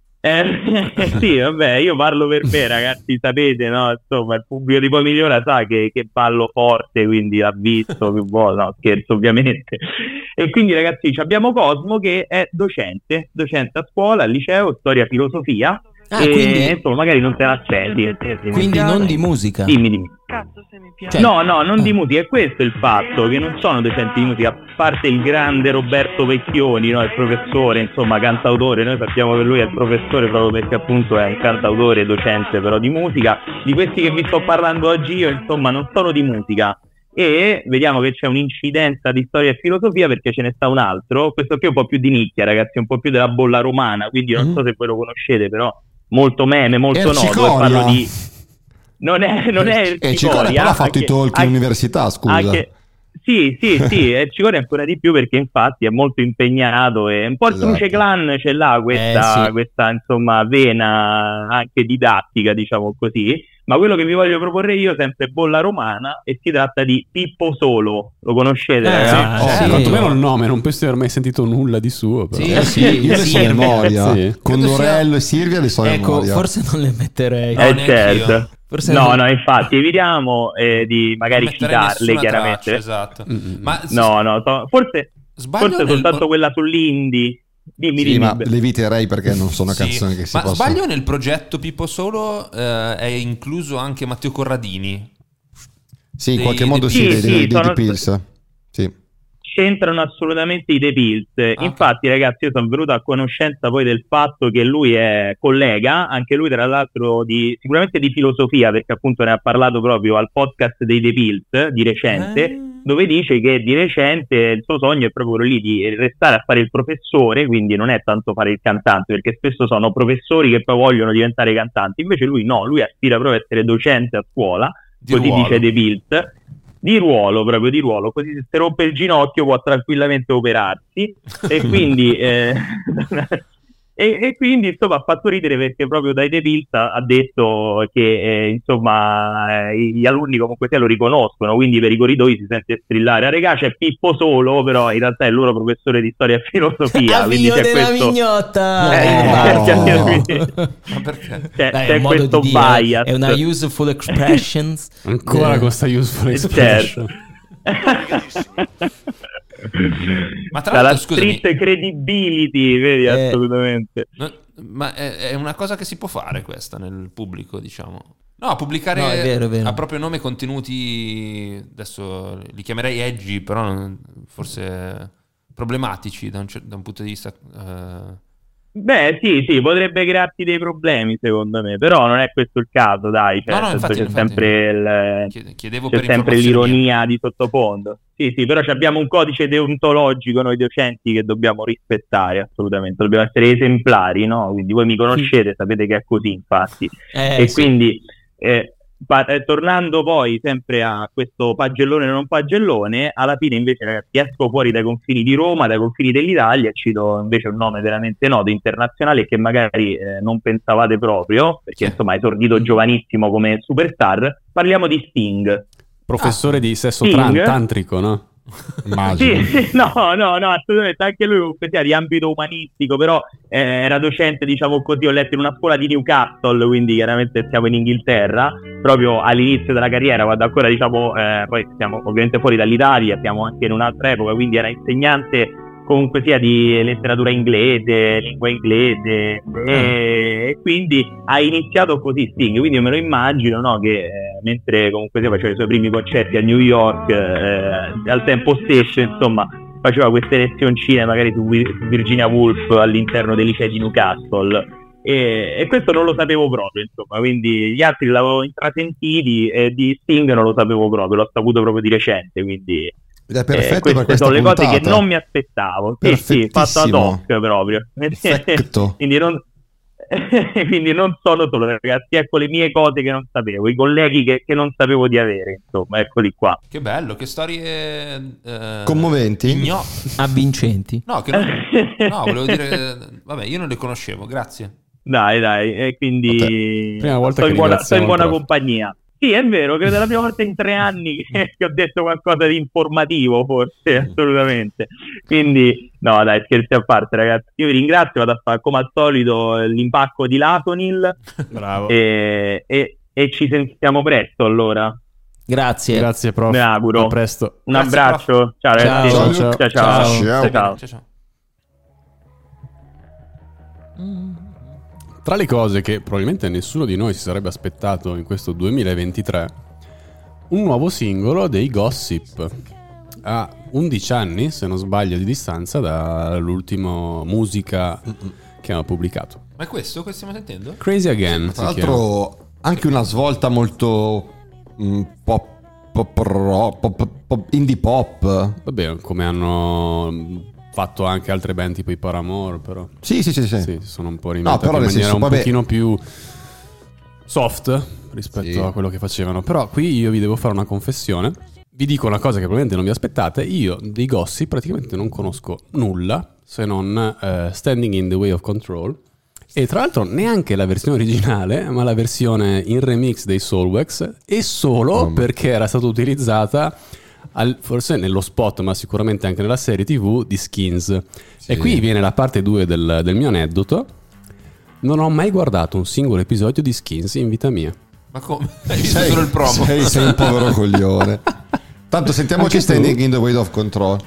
eh, sì, vabbè, io parlo per me, ragazzi, sapete, no? Insomma, il pubblico di Poi Migliora sa che, che ballo forte, quindi l'ha visto più volte, no, scherzo ovviamente. E quindi, ragazzi, ci abbiamo Cosmo che è docente, docente a scuola, al liceo, storia e filosofia, Ah, e quindi- insomma, magari non te l'aspetti. Quindi non di musica. Dimmi, dimmi. Cioè- No, no, non di Ah. musica, è questo il fatto, che non sono docenti di musica, a parte il grande Roberto Vecchioni, no, il professore, insomma, cantautore, noi sappiamo che lui è il professore proprio perché appunto è un cantautore, docente però di musica. Di questi che vi sto parlando oggi io, insomma, non sono di musica. E vediamo che c'è un'incidenza di storia e filosofia, perché ce ne sta un altro, questo qui è un po' più di nicchia, ragazzi, un po' più della bolla romana, quindi io non so se voi lo conoscete, però molto meme, molto noto, e Ercicoria. parlo di... Non è, non è E Cicoria poi ha fatto i talk in università, scusa. anche- sì, sì, sì, e Cicoria ancora di più perché infatti è molto impegnato e un po' il Esatto. Truce Clan ce l'ha questa, Eh, sì. questa insomma vena anche didattica, diciamo così, ma quello che vi voglio proporre io sempre è bolla romana e si tratta di Pippo Solo, lo conoscete Eh, ragazzi? Oh, sì. quantomeno il nome, non penso di aver mai sentito nulla di suo. Però. Sì, Eh sì, io le so a Silvia. memoria. Sì. Con Credo sia- Dorello e Silvia le so a Ecco, memoria. forse non le metterei. No, Eh neanch'io. certo. Forse No, non- no, infatti evitiamo eh, di magari non metterei citarle nessuna chiaramente. traccia, esatto. Mm-mm. Ma No, no, to- forse, sbaglio forse nel- soltanto quella sull'indie. Dimmi, Sì, dimmi. ma le eviterei perché non sono Sì. canzoni che si Ma possono... sbaglio nel progetto Pippo Solo eh, è incluso anche Matteo Corradini. Sì, in dei- qualche dei modo sì, Pills. dei, Sì, dei, sì, dei sono- Pills. Sì. C'entrano assolutamente i The Pills. ok. Infatti, ragazzi, io sono venuto a conoscenza poi del fatto che lui è collega, anche lui tra l'altro di, sicuramente di filosofia, perché appunto ne ha parlato proprio al podcast dei The Pills di recente, Eh. dove dice che di recente il suo sogno è proprio quello lì di restare a fare il professore, quindi non è tanto fare il cantante, perché spesso sono professori che poi vogliono diventare cantanti, invece lui no, lui aspira proprio a essere docente a scuola, Di così ruolo. dice The Pills, di ruolo, proprio di ruolo, così se si rompe il ginocchio può tranquillamente operarsi e quindi eh, e, e quindi insomma ha fatto ridere perché proprio dai The Pills ha, ha detto che eh, insomma eh, gli alunni comunque sia lo riconoscono, quindi per i corridoi si sente strillare "Ah, regà, c'è Pippo Solo", però in realtà è il loro professore di storia e filosofia, Ah, quindi figlio c'è della questo mignotta! Eh, No. cioè, quindi- Ma perché? c'è, Dai, è c'è un modo di questo dire, bias. è una useful expressions. Ancora Eh, con sta useful Certo. expression. Ma tra Dalla l'altro, scusami, street credibility, vedi, Eh. assolutamente. no, ma è, è una cosa che si può fare questa nel pubblico, diciamo. No, pubblicare No, è vero, è vero. a proprio nome contenuti, adesso li chiamerei edgy, però non- forse problematici da un, cer- da un punto di vista eh, Beh, sì, sì, potrebbe crearti dei problemi secondo me, però non è questo il caso, dai, cioè, No, no, nel senso infatti, c'è infatti. sempre il, Chied- chiedevo c'è per sempre informazioni mie. l'ironia di sottofondo. Sì, sì, però ci abbiamo un codice deontologico noi docenti che dobbiamo rispettare assolutamente, dobbiamo essere esemplari, no? Quindi voi mi conoscete, sapete che è così, infatti. Eh, E sì. quindi eh, pa- eh, tornando poi sempre a questo pagellone non pagellone, alla fine invece ragazzi esco fuori dai confini di Roma, dai confini dell'Italia e cito invece un nome veramente noto, internazionale, che magari eh, non pensavate proprio, perché Sì. insomma è esordito giovanissimo come superstar. Parliamo di Sting. Professore di sesso Sting? tran- tantrico, no? Immagino. Sì, sì, no, no, no, assolutamente, anche lui comunque sia di ambito umanistico, però eh, era docente, diciamo così, ho letto in una scuola di Newcastle, quindi chiaramente siamo in Inghilterra, proprio all'inizio della carriera, quando ancora diciamo, eh, poi siamo ovviamente fuori dall'Italia, siamo anche in un'altra epoca, quindi era insegnante comunque sia di letteratura inglese, lingua inglese, e, e quindi ha iniziato così Sting, quindi io me lo immagino, no, che eh, mentre comunque sia faceva i suoi primi concerti a New York, eh, al tempo stesso, insomma, faceva queste lezioncine magari su Vir- Virginia Woolf all'interno dei licei di Newcastle. E, e questo non lo sapevo proprio, insomma, quindi gli altri l'avevo intrasentiti e di Sting non lo sapevo proprio, l'ho saputo proprio di recente, quindi Ed è eh, perfetto queste per questa sono le cose che puntata. non mi aspettavo. Sì, sì, fatto ad hoc proprio. Perfetto. quindi, non, quindi non sono solo ragazzi, ecco le mie cose che non sapevo, i colleghi che, che non sapevo di avere, insomma, eccoli qua. Che bello, che storie eh, Commoventi? igno- Avvincenti. No, che non... no, volevo dire, vabbè, io non le conoscevo, grazie. Dai, dai, e quindi Prima volta sto, che in buona, sto in ringraziamo buona il prof. compagnia. Sì, è vero, credo è la prima volta in tre anni che, che ho detto qualcosa di informativo, forse, assolutamente. Quindi, no, dai, scherzi a parte, ragazzi. Io vi ringrazio, vado a fare come al solito l'impacco di Latonil Bravo. e, e, e ci sentiamo presto, allora. Grazie. Grazie, prof. Me auguro. A presto. Un Grazie, abbraccio. Ciao, ragazzi. Ciao. Ciao, ciao. Ciao. ciao. Ciao. ciao. Ciao, ciao. Tra le cose che probabilmente nessuno di noi si sarebbe aspettato in questo duemilaventitré, un nuovo singolo dei Gossip, a undici anni, se non sbaglio, di distanza dall'ultimo musica che hanno pubblicato. Ma è questo che stiamo sentendo? Crazy Again. Tra si chiama. l'altro anche una svolta molto mm, pop, pop, rock, pop, pop, indie pop. Vabbè, come hanno fatto anche altre band tipo i Paramore, però Sì, sì, sì, sì. sì, sono un po' No, reinventati però in nel maniera senso, un vabbè, pochino più soft rispetto Sì. a quello che facevano. Però qui io vi devo fare una confessione. Vi dico una cosa che probabilmente non vi aspettate. Io dei Gossip praticamente non conosco nulla se non eh, Standing in the Way of Control. E tra l'altro neanche la versione originale, ma la versione in remix dei Soulwax, e solo Oh, ma- perché era stata utilizzata al- forse nello spot, ma sicuramente anche nella serie tivù di Skins. Sì. E qui viene la parte due del, del mio aneddoto. Non ho mai guardato un singolo episodio di Skins in vita mia. Ma come? Hai visto solo il promo? Sei, sei un povero coglione. Tanto sentiamoci Anche tu? Standing in the Way of Control.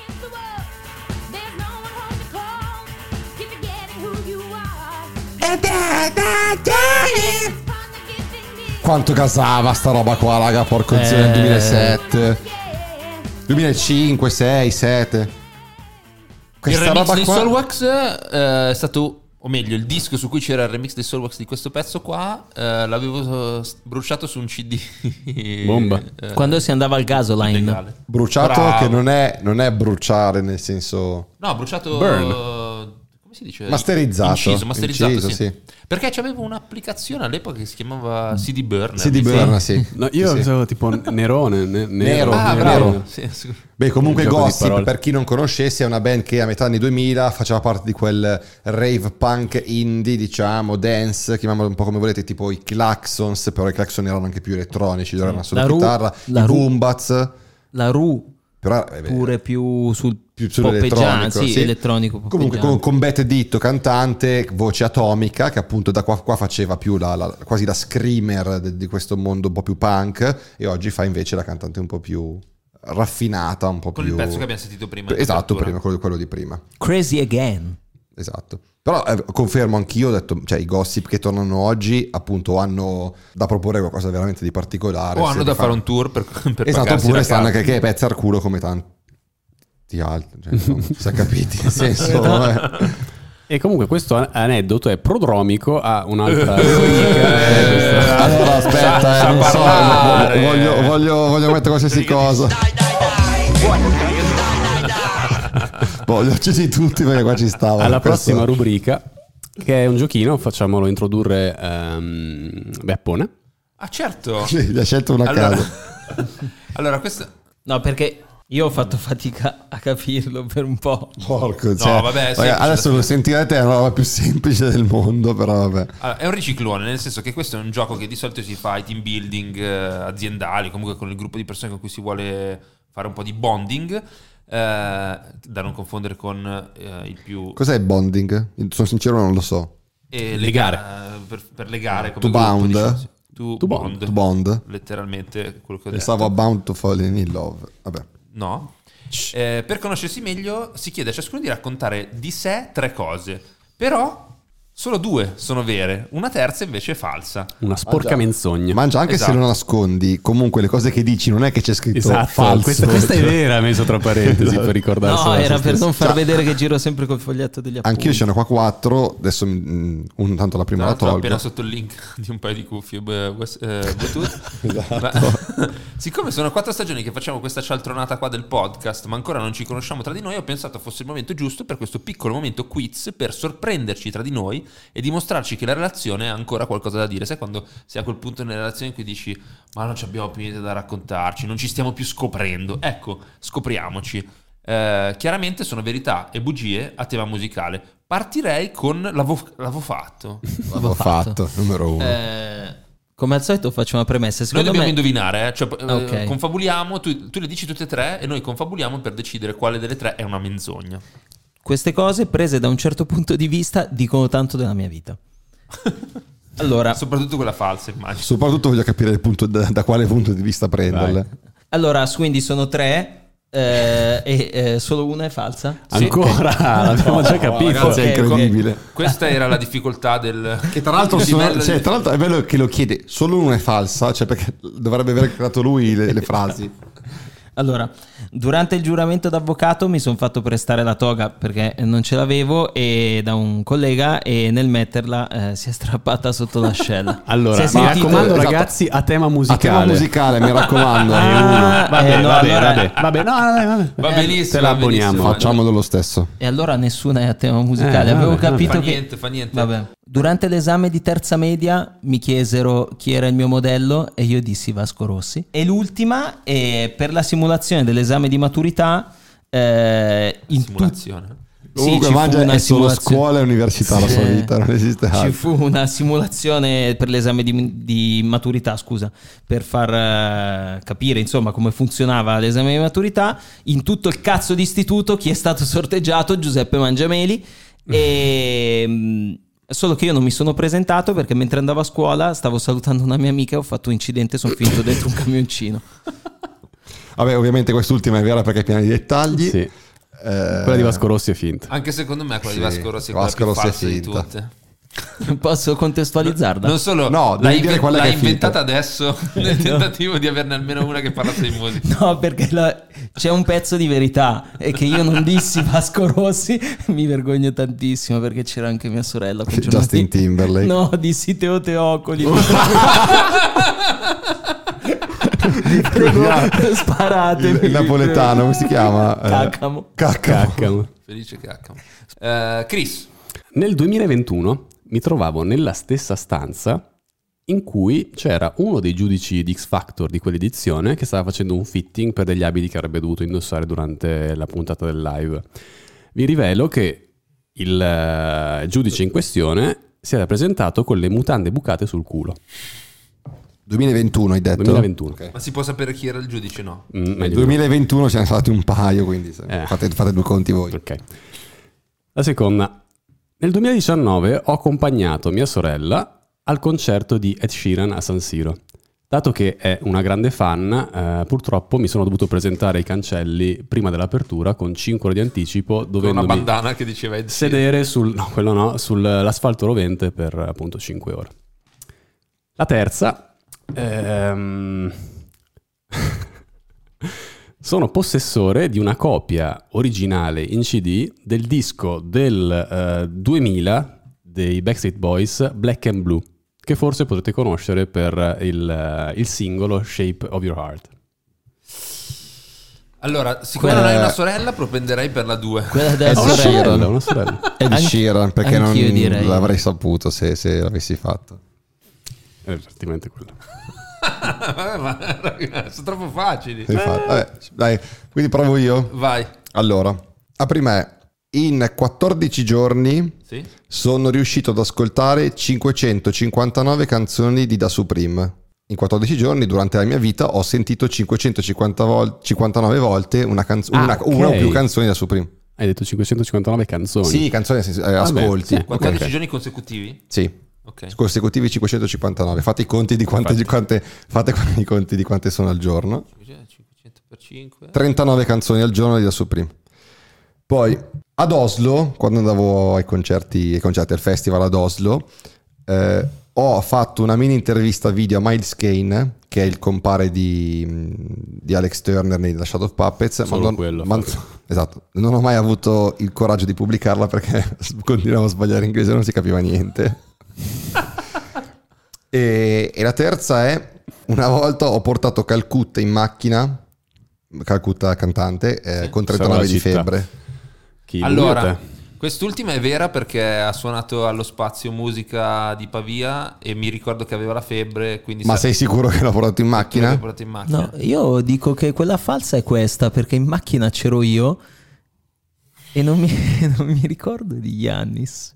Quanto gasava sta roba qua, raga, porco zio, nel Eh. duemilasette, duemilacinque, sei, sette. Il Questa remix roba dei qua Soulwax eh, è stato, o meglio, il disco su cui c'era il remix dei Soulwax di questo pezzo qua, eh, l'avevo eh, bruciato su un C D. Bomba. eh, Quando si andava al gasoline. illegale. bruciato, Bravo. che non è, non è bruciare nel senso No, bruciato. Burn. Come si dice? masterizzato. Inciso, masterizzato. Inciso, sì. sì. Perché c'avevo un'applicazione all'epoca che si chiamava C D Burner. Sì, di mi Burna, sì. No, io Sì, sì. pensavo tipo Nerone. ne- Nero. nero, Ah, Nero. bravo. Sì, scusa. Beh, comunque Un gioco di Gossip, parole. per chi non conoscesse, è una band che a metà anni duemila faceva parte di quel rave punk indie, diciamo, dance, chiamiamolo un po' come volete, tipo i Klaxons, però i Klaxon erano anche più elettronici, erano una sola La Ru- chitarra, la i Ru- Goombats, La Ru però eh, beh, pure più sul più poppeggiante, sull'elettronico, sì, sì. elettronico Comunque con, poppeggiante. con Beth Ditto, cantante, voce atomica, che appunto da qua, qua faceva più la, la- quasi la screamer de- di questo mondo un po' più punk, e oggi fa invece la cantante un po' più raffinata, un po' Con più... il pezzo che abbiamo sentito prima. in Esatto, apertura. prima, quello, quello di prima. Crazy Again. Esatto. Però eh, confermo anch'io, ho detto, cioè i Gossip che tornano oggi appunto hanno da proporre qualcosa veramente di particolare. O se hanno li da fa- fare un tour per, per Esatto, pagarsi oppure la stanno casa. che, che pezzi al culo come tanti altri, cioè, insomma, si è capiti, nel senso... eh. E comunque questo aneddoto è prodromico a un'altra rubrica. Eh, allora aspetta, Sa- eh, sa non so, parlare. voglio, voglio, voglio mettere qualsiasi cosa. Boh, li ho accesi tutti perché qua ci stava. Alla questo- prossima rubrica, che è un giochino, facciamolo introdurre um, Beppone. Ah, certo. Sì, gli ha scelto una Allora, casa. allora questa... No, perché io ho fatto fatica a capirlo per un po'. Porco, cioè, vabbè, è raga, semplice adesso da lo sentirete, è una roba più semplice del mondo, però vabbè. Allora, è un riciclone, nel senso che questo è un gioco che di solito si fa ai team building eh, aziendali, comunque con il gruppo di persone con cui si vuole fare un po' di bonding, eh, da non confondere con eh, il più... Cos'è il bonding? Sono sincero, non lo so. eh, Legare. lega- per, per legare come To gruppo, bound? diciamo, sì. To, To bond. bond. To bond? Letteralmente quello che ho Pensavo a detto. bound to fall in love. Vabbè. No. Eh, per conoscersi meglio si chiede a ciascuno di raccontare di sé tre cose, però solo due sono vere, una terza invece è falsa. Una sporca menzogna. Mangia anche Esatto. se lo nascondi. Comunque le cose che dici non è che c'è scritto Esatto, falso. questa, questa è vera, messo tra parentesi per ricordarsi. No, era per non far Cioè, vedere che giro sempre col foglietto degli appunti. Anch'io ce n'ho qua quattro. Adesso mm, un tanto la prima Tra la l'altro ho tolgo. appena sotto il link di un paio di cuffie beh, West- eh, Bluetooth. Esatto. Ma- siccome sono quattro stagioni che facciamo questa cialtronata qua del podcast, ma ancora non ci conosciamo tra di noi, ho pensato fosse il momento giusto per questo piccolo momento quiz per sorprenderci tra di noi e dimostrarci che la relazione ha ancora qualcosa da dire. Sai quando sei a quel punto nella relazione in cui dici ma non ci abbiamo più niente da raccontarci, non ci stiamo più scoprendo. Ecco, scopriamoci. Eh, chiaramente sono verità e bugie a tema musicale. Partirei con l'avevo, l'avevo fatto. L'avevo fatto, numero uno. Eh, come al solito faccio una premessa. Noi Secondo dobbiamo me... indovinare, eh? Cioè, eh, Ok. confabuliamo, tu, tu le dici tutte e tre e noi confabuliamo per decidere quale delle tre è una menzogna. Queste cose prese da un certo punto di vista dicono tanto della mia vita. Allora, Soprattutto quella falsa, immagino. Soprattutto voglio capire il punto, da, da quale punto di vista prenderle. allora quindi sono tre eh, e eh, solo una è falsa. Ancora, l'abbiamo già capito. Ragazzi, è Ok, incredibile. Questa era la difficoltà del... Che tra l'altro, il sono- livello cioè, di- tra l'altro è bello che lo chiede, solo una è falsa, cioè perché dovrebbe aver creato lui le, le frasi. Allora, durante il giuramento d'avvocato mi sono fatto prestare la toga perché non ce l'avevo e da un collega e nel metterla eh, si è strappata sotto l'ascella. Allora, Si è mi sentito- raccomando esatto. ragazzi, a tema A musicale. tema musicale, mi raccomando. Ah, Vabbè, eh, no, vabbè, allora- vabbè, vabbè, no, vabbè, vabbè. Va Eh, benissimo. te la va benissimo. abboniamo. Facciamolo lo stesso. E allora nessuna è a tema musicale. Eh, Avevo vabbè, capito Fa che... niente, fa niente. Vabbè. Durante l'esame di terza media mi chiesero chi era il mio modello e io dissi Vasco Rossi. E l'ultima è per la simulazione dell'esame di maturità. Eh, in tut- Simulazione. Sì, Comunque ci fu Mangia una è solo simulazione. scuola e università la Sì. sua vita, non esiste Ci altro. fu una simulazione per l'esame di, di maturità, scusa, per far eh, capire insomma come funzionava l'esame di maturità. In tutto il cazzo di istituto chi è stato sorteggiato? Giuseppe Mangiameli. E mh, solo che io non mi sono presentato perché mentre andavo a scuola stavo salutando una mia amica e ho fatto un incidente, sono finito dentro un camioncino. Vabbè, ovviamente quest'ultima è vera perché è piena di dettagli. Sì. Eh, Quella di Vasco Rossi è finta. Anche secondo me quella Sì, di Vasco Rossi è quella Vasco più Rossi è falsa di finta. tutte. Posso contestualizzarla? Non solo No, l'hai, devi dire inven- quella che l'hai è finta. inventata adesso nel tentativo di averne almeno una che parlasse di musica. No, perché la- c'è un pezzo di verità e che io non dissi Vasco Rossi, mi vergogno tantissimo perché c'era anche mia sorella. quel giorno Justin lì. Timberlake. No, dissi Teo Teocoli. Sparatemi. Il, il napoletano, come si chiama? Eh, Caccamo. Caccamo. Caccamo. Felice cacca. Eh, Chris, Nel duemilaventuno mi trovavo nella stessa stanza in cui c'era uno dei giudici di X Factor di quell'edizione che stava facendo un fitting per degli abiti che avrebbe dovuto indossare durante la puntata del live. Vi rivelo che il eh, giudice in questione si era presentato con le mutande bucate sul culo. duemilaventuno hai detto? duemilaventuno. Ok. ma si può sapere chi era il giudice? No. Mm, meglio Nel di duemilaventuno ce ne sono stati un paio, quindi se- Eh. fate, fate due conti voi. no. Ok. La seconda. Nel duemiladiciannove ho accompagnato mia sorella al concerto di Ed Sheeran a San Siro. Dato che è una grande fan, eh, purtroppo mi sono dovuto presentare ai cancelli prima dell'apertura con cinque ore di anticipo, Con una dovendomi bandana che diceva Ed Sheeran. sedere sul, no, quello no, sull'asfalto rovente per appunto cinque ore. La terza, ehm, sono possessore di una copia originale in C D del disco del uh, duemila dei Backstreet Boys, Black and Blue, che forse potete conoscere per il, uh, il singolo Shape of Your Heart. Allora, siccome Quella- non hai una sorella, propenderei per la due. Quella È della di Una sorella. sorella, Sheeran. una sorella. È di Anche- Sheeran, perché non anch'io direi. l'avrei saputo se, se l'avessi fatto. È effettivamente quello. Vabbè, ma ragazzi, sono troppo facili. Sei fatto. Vabbè, dai, quindi provo io. Vai. Allora, apri me. In quattordici giorni Sì? sono riuscito ad ascoltare cinquecentocinquantanove canzoni di Da Supreme. In quattordici giorni, durante la mia vita, ho sentito cinquecentocinquantanove volte una, canz- Ah, una, ok. una o più canzoni da Supreme. Hai detto cinquecentocinquantanove canzoni. Sì, canzoni, nel senso, eh, Vabbè, ascolti. sì. quattordici Ok. giorni consecutivi? Sì, Ok. consecutivi cinquecentocinquantanove. Fate i conti di quante, di quante, fate i conti di quante sono al giorno. cinquecento per cinque. trentanove canzoni al giorno di Da Supreme. Poi ad Oslo, quando andavo ai concerti, ai concerti al festival ad Oslo, eh, ho fatto una mini intervista video a Miles Kane, che è il compare di, di Alex Turner nei The Shadow of Puppets. Solo non, quello ha ma- fatto. esatto, non ho mai avuto il coraggio di pubblicarla perché continuavo a sbagliare inglese e non si capiva niente. e, e la terza è, una volta ho portato Calcutta in macchina, Calcutta cantante, eh, con trentanove di Salva la città. febbre. Chi, lui o Allora, te? quest'ultima è vera perché ha suonato allo Spazio Musica di Pavia e mi ricordo che aveva la febbre, quindi Ma sa- sei sicuro che l'ho portato in tu l'hai macchina? portato in macchina. No, io dico che quella falsa è questa, perché in macchina c'ero io e non mi, non mi ricordo di Giannis.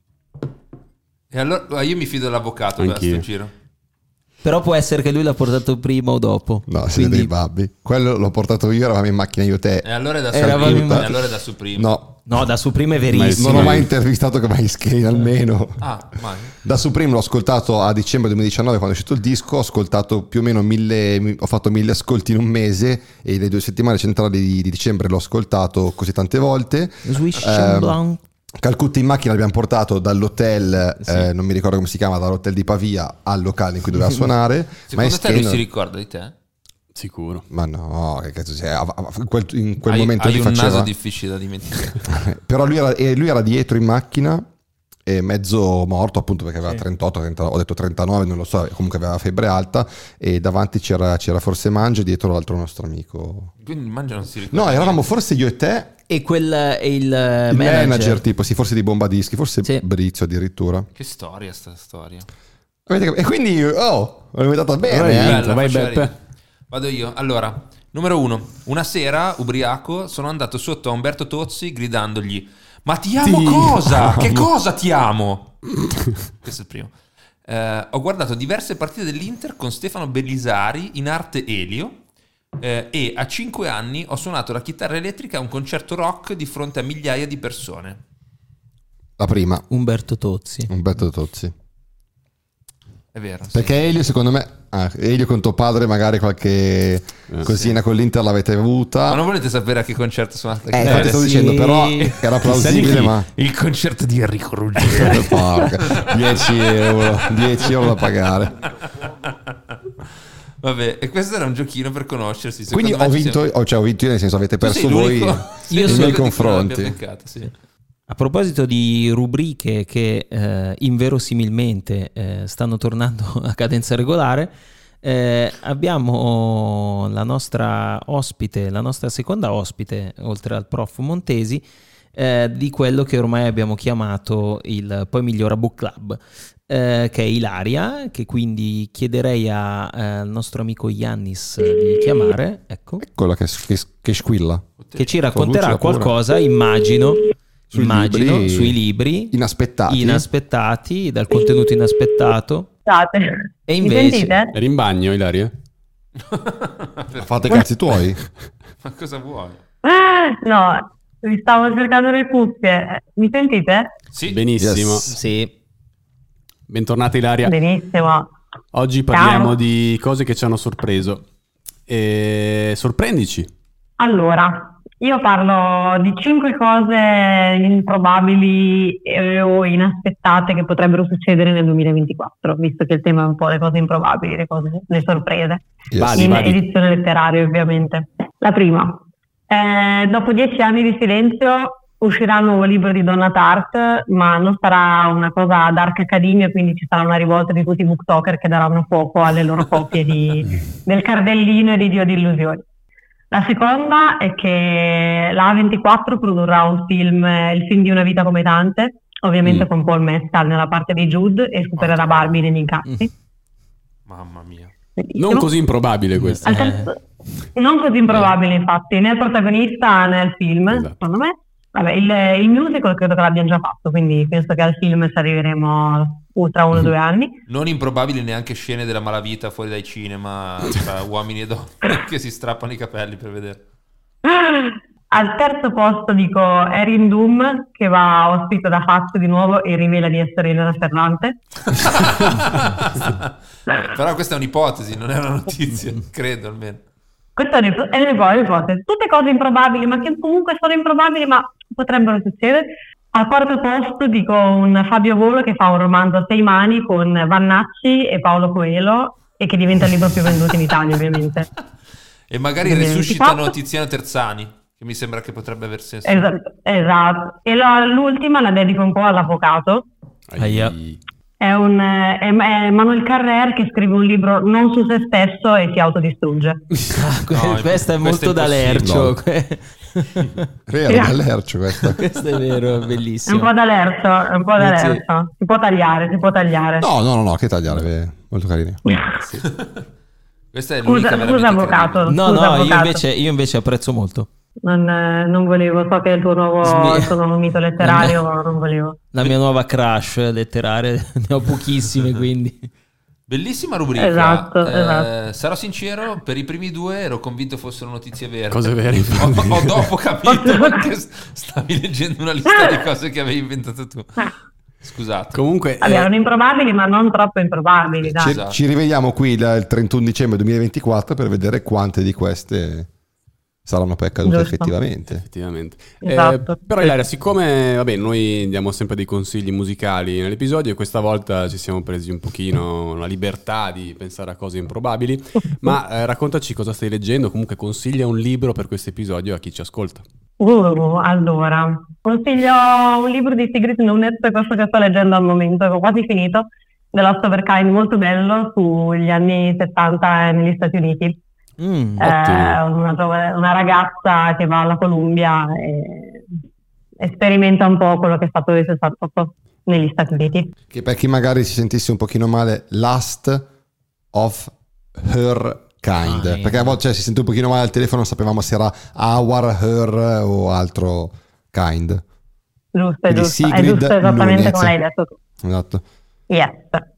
E allora io mi fido dell'avvocato per Anch'io. questo giro. Però può essere che lui l'ha portato prima o dopo. No, siete Quindi- dei babbi. Quello l'ho portato io, eravamo in macchina io e te. E allora è da Eravamo in Supreme. macchina. E allora è da Supreme. No, No, da Supreme è Ma è verissimo. non ho Sì. mai intervistato che mai Kane almeno. Ah, mai. Da Supreme l'ho ascoltato a dicembre duemiladiciannove quando è uscito il disco, ho ascoltato più o meno mille, ho fatto mille ascolti in un mese e le due settimane centrali di, di dicembre l'ho ascoltato così tante volte. Swish Ehm, and Blanc. Calcutta in macchina l'abbiamo portato dall'hotel, eh, non mi ricordo come si chiama, dall'hotel di Pavia al locale in cui doveva suonare. Secondo Miles te lui Kane- si ricorda di te? Sicuro. Ma no, che cazzo sia, in quel, in quel hai momento hai lì un faceva... naso difficile da dimenticare. Però lui era, e lui era dietro in macchina e mezzo morto appunto perché aveva trentotto, trenta, ho detto trentanove, non lo so, comunque aveva febbre alta e davanti c'era, c'era forse Mangia e dietro l'altro nostro amico. Quindi Mangia non si ricorda. No, eravamo niente. forse io e te, E quel e il, il manager. manager, tipo, sì, forse di Bombadischi, forse Sì. Brizio addirittura. Che storia sta storia. Avete cap- E quindi, oh, l'ho inventata bene. Vai, eh. vai. Bella, vai, faceva Beppe. ridere. Vado io. Allora, numero uno. Una sera, ubriaco, sono andato sotto a Umberto Tozzi gridandogli: ma ti amo Ti cosa? amo." Che cosa ti amo? Questo è il primo. Eh, ho guardato diverse partite dell'Inter con Stefano Bellisari in arte Elio eh, e a cinque anni ho suonato la chitarra elettrica a un concerto rock di fronte a migliaia di persone. La prima, Umberto Tozzi. Umberto Tozzi. È vero. sì. Perché Elio, secondo me, ah, Elio con tuo padre, magari qualche cosina con l'Inter l'avete avuta. Ma non volete sapere a che concerto sono andato? Eh, infatti sto sì. dicendo, però era plausibile, ma Il concerto di Enrico Ruggero. porca, dieci euro, dieci euro da pagare. Vabbè, e questo era un giochino per conoscersi. Quindi Secondo ho me ci vinto, siamo- oh, cioè ho vinto io, nel senso avete Tu perso sei voi l'unico- sei Io l'unico sono- di nei cui non confronti. abbia beccato, sì. A proposito di rubriche che eh, inverosimilmente eh, stanno tornando a cadenza regolare, eh, abbiamo la nostra ospite, la nostra seconda ospite, oltre al prof Montesi, eh, di quello che ormai abbiamo chiamato il Poi Migliora Book Club, eh, che è Ilaria, che quindi chiederei a, eh, al nostro amico Giannis di chiamare, ecco, quella che, che, che squilla. che ci racconterà Lucida pure. qualcosa, immagino, Sui immagino, libri sui libri inaspettati. inaspettati, dal contenuto inaspettato. Scusate, E mi invece- sentite? Eri in bagno, Ilaria? Fate i cazzi tuoi. Ma cosa vuoi? Ah, no, vi stavo cercando le cuffie. Mi sentite? Sì, Benissimo. Yes. Sì, Bentornata Ilaria. Benissimo. Oggi parliamo Ciao. di cose che ci hanno sorpreso. E sorprendici. Allora, io parlo di cinque cose improbabili eh, o inaspettate che potrebbero succedere nel duemilaventiquattro, visto che il tema è un po' le cose improbabili, le cose, le sorprese. Yes. Vadi, In vadi. edizione letteraria, ovviamente. La prima. Eh, dopo dieci anni di silenzio uscirà il nuovo libro di Donna Tartt, ma non sarà una cosa Dark Academia, quindi ci sarà una rivolta di tutti i booktoker che daranno fuoco alle loro copie di, del Cardellino e di Dio di Illusioni. La seconda è che la A ventiquattro produrrà un film, il film di Una vita come tante, ovviamente mm. con Paul Mescal nella parte di Jude, e supererà oh, Barbie negli incassi. Mm. Mamma mia. Bellissimo. Non così improbabile questo. Terzo, non così improbabile, infatti, né il protagonista né il film, esatto. secondo me. Vabbè, il, il musical credo che l'abbiano già fatto, quindi penso che al film ci arriveremo tra uno o due anni. Non improbabili neanche scene della malavita fuori dai cinema tra uomini e donne che si strappano i capelli per vedere. Al terzo posto dico Erin Doom, che va ospite da Fazio di nuovo e rivela di essere Elena Ferrante. Però questa è un'ipotesi, non è una notizia, credo almeno. Questa è un'ipotesi. Tutte cose improbabili, ma che comunque sono improbabili, ma potrebbero succedere. Al quarto posto dico un Fabio Volo che fa un romanzo a sei mani con Vannacci e Paolo Coelho e che diventa il libro più venduto in Italia, ovviamente. E magari resuscitano Tiziano Terzani, che mi sembra che potrebbe aver senso. Esatto. esatto. E la, l'ultima la dedico un po' all'avvocato. Aia. È, un, è, è Manuel Carrer che scrive un libro non su se stesso e si autodistrugge. Ah, no, questa è molto da Lercio. Vero, da Lercio questa. Questo è vero, è bellissimo. È un po' da Lercio, è un po' da Lercio. Si può tagliare, si può tagliare. No, no, no, no che tagliare, beh, molto carino. Sì. Questa è scusa, scusa avvocato. No, scusa, no, avvocato. Io, invece, io invece apprezzo molto. Non, non volevo, so che è il tuo nuovo, Smi- il tuo nuovo mito letterario, ma non volevo. La mia nuova crush letteraria, ne ho pochissime, quindi. Bellissima rubrica. Esatto, eh, esatto. Sarò sincero, per i primi due ero convinto fossero notizie vere. Cose vere. Ho, ho dopo capito che stavi leggendo una lista di cose che avevi inventato tu. Scusate. Comunque Vabbè, eh, erano improbabili, ma non troppo improbabili. Dai. Ci, Esatto. ci rivediamo qui il, il trentuno dicembre duemilaventiquattro per vedere quante di queste saranno poi accadute Giusto. effettivamente. effettivamente. Esatto. Eh, però Ilaria, siccome vabbè, noi diamo sempre dei consigli musicali nell'episodio e questa volta ci siamo presi un pochino la libertà di pensare a cose improbabili, ma eh, raccontaci cosa stai leggendo, comunque consiglia un libro per questo episodio a chi ci ascolta. Uh, allora, consiglio un libro di Sigrid Nunez, questo che sto leggendo al momento, che ho quasi finito, The Lost of Her Kind, molto bello, sugli anni settanta negli Stati Uniti. Mm, eh, una, giovane, una ragazza che va alla Columbia e, e sperimenta un po' quello che è stato il sessantotto negli Stati Uniti. Che per chi magari si sentisse un pochino male, Last of Her Kind, ah, perché a volte cioè, si sente un pochino male al telefono, non sapevamo se era Our, Her o altro Kind. Giusto, è Quindi giusto, è Sigrid giusto esattamente Nunez. come l'hai detto tu. Esatto. Yes.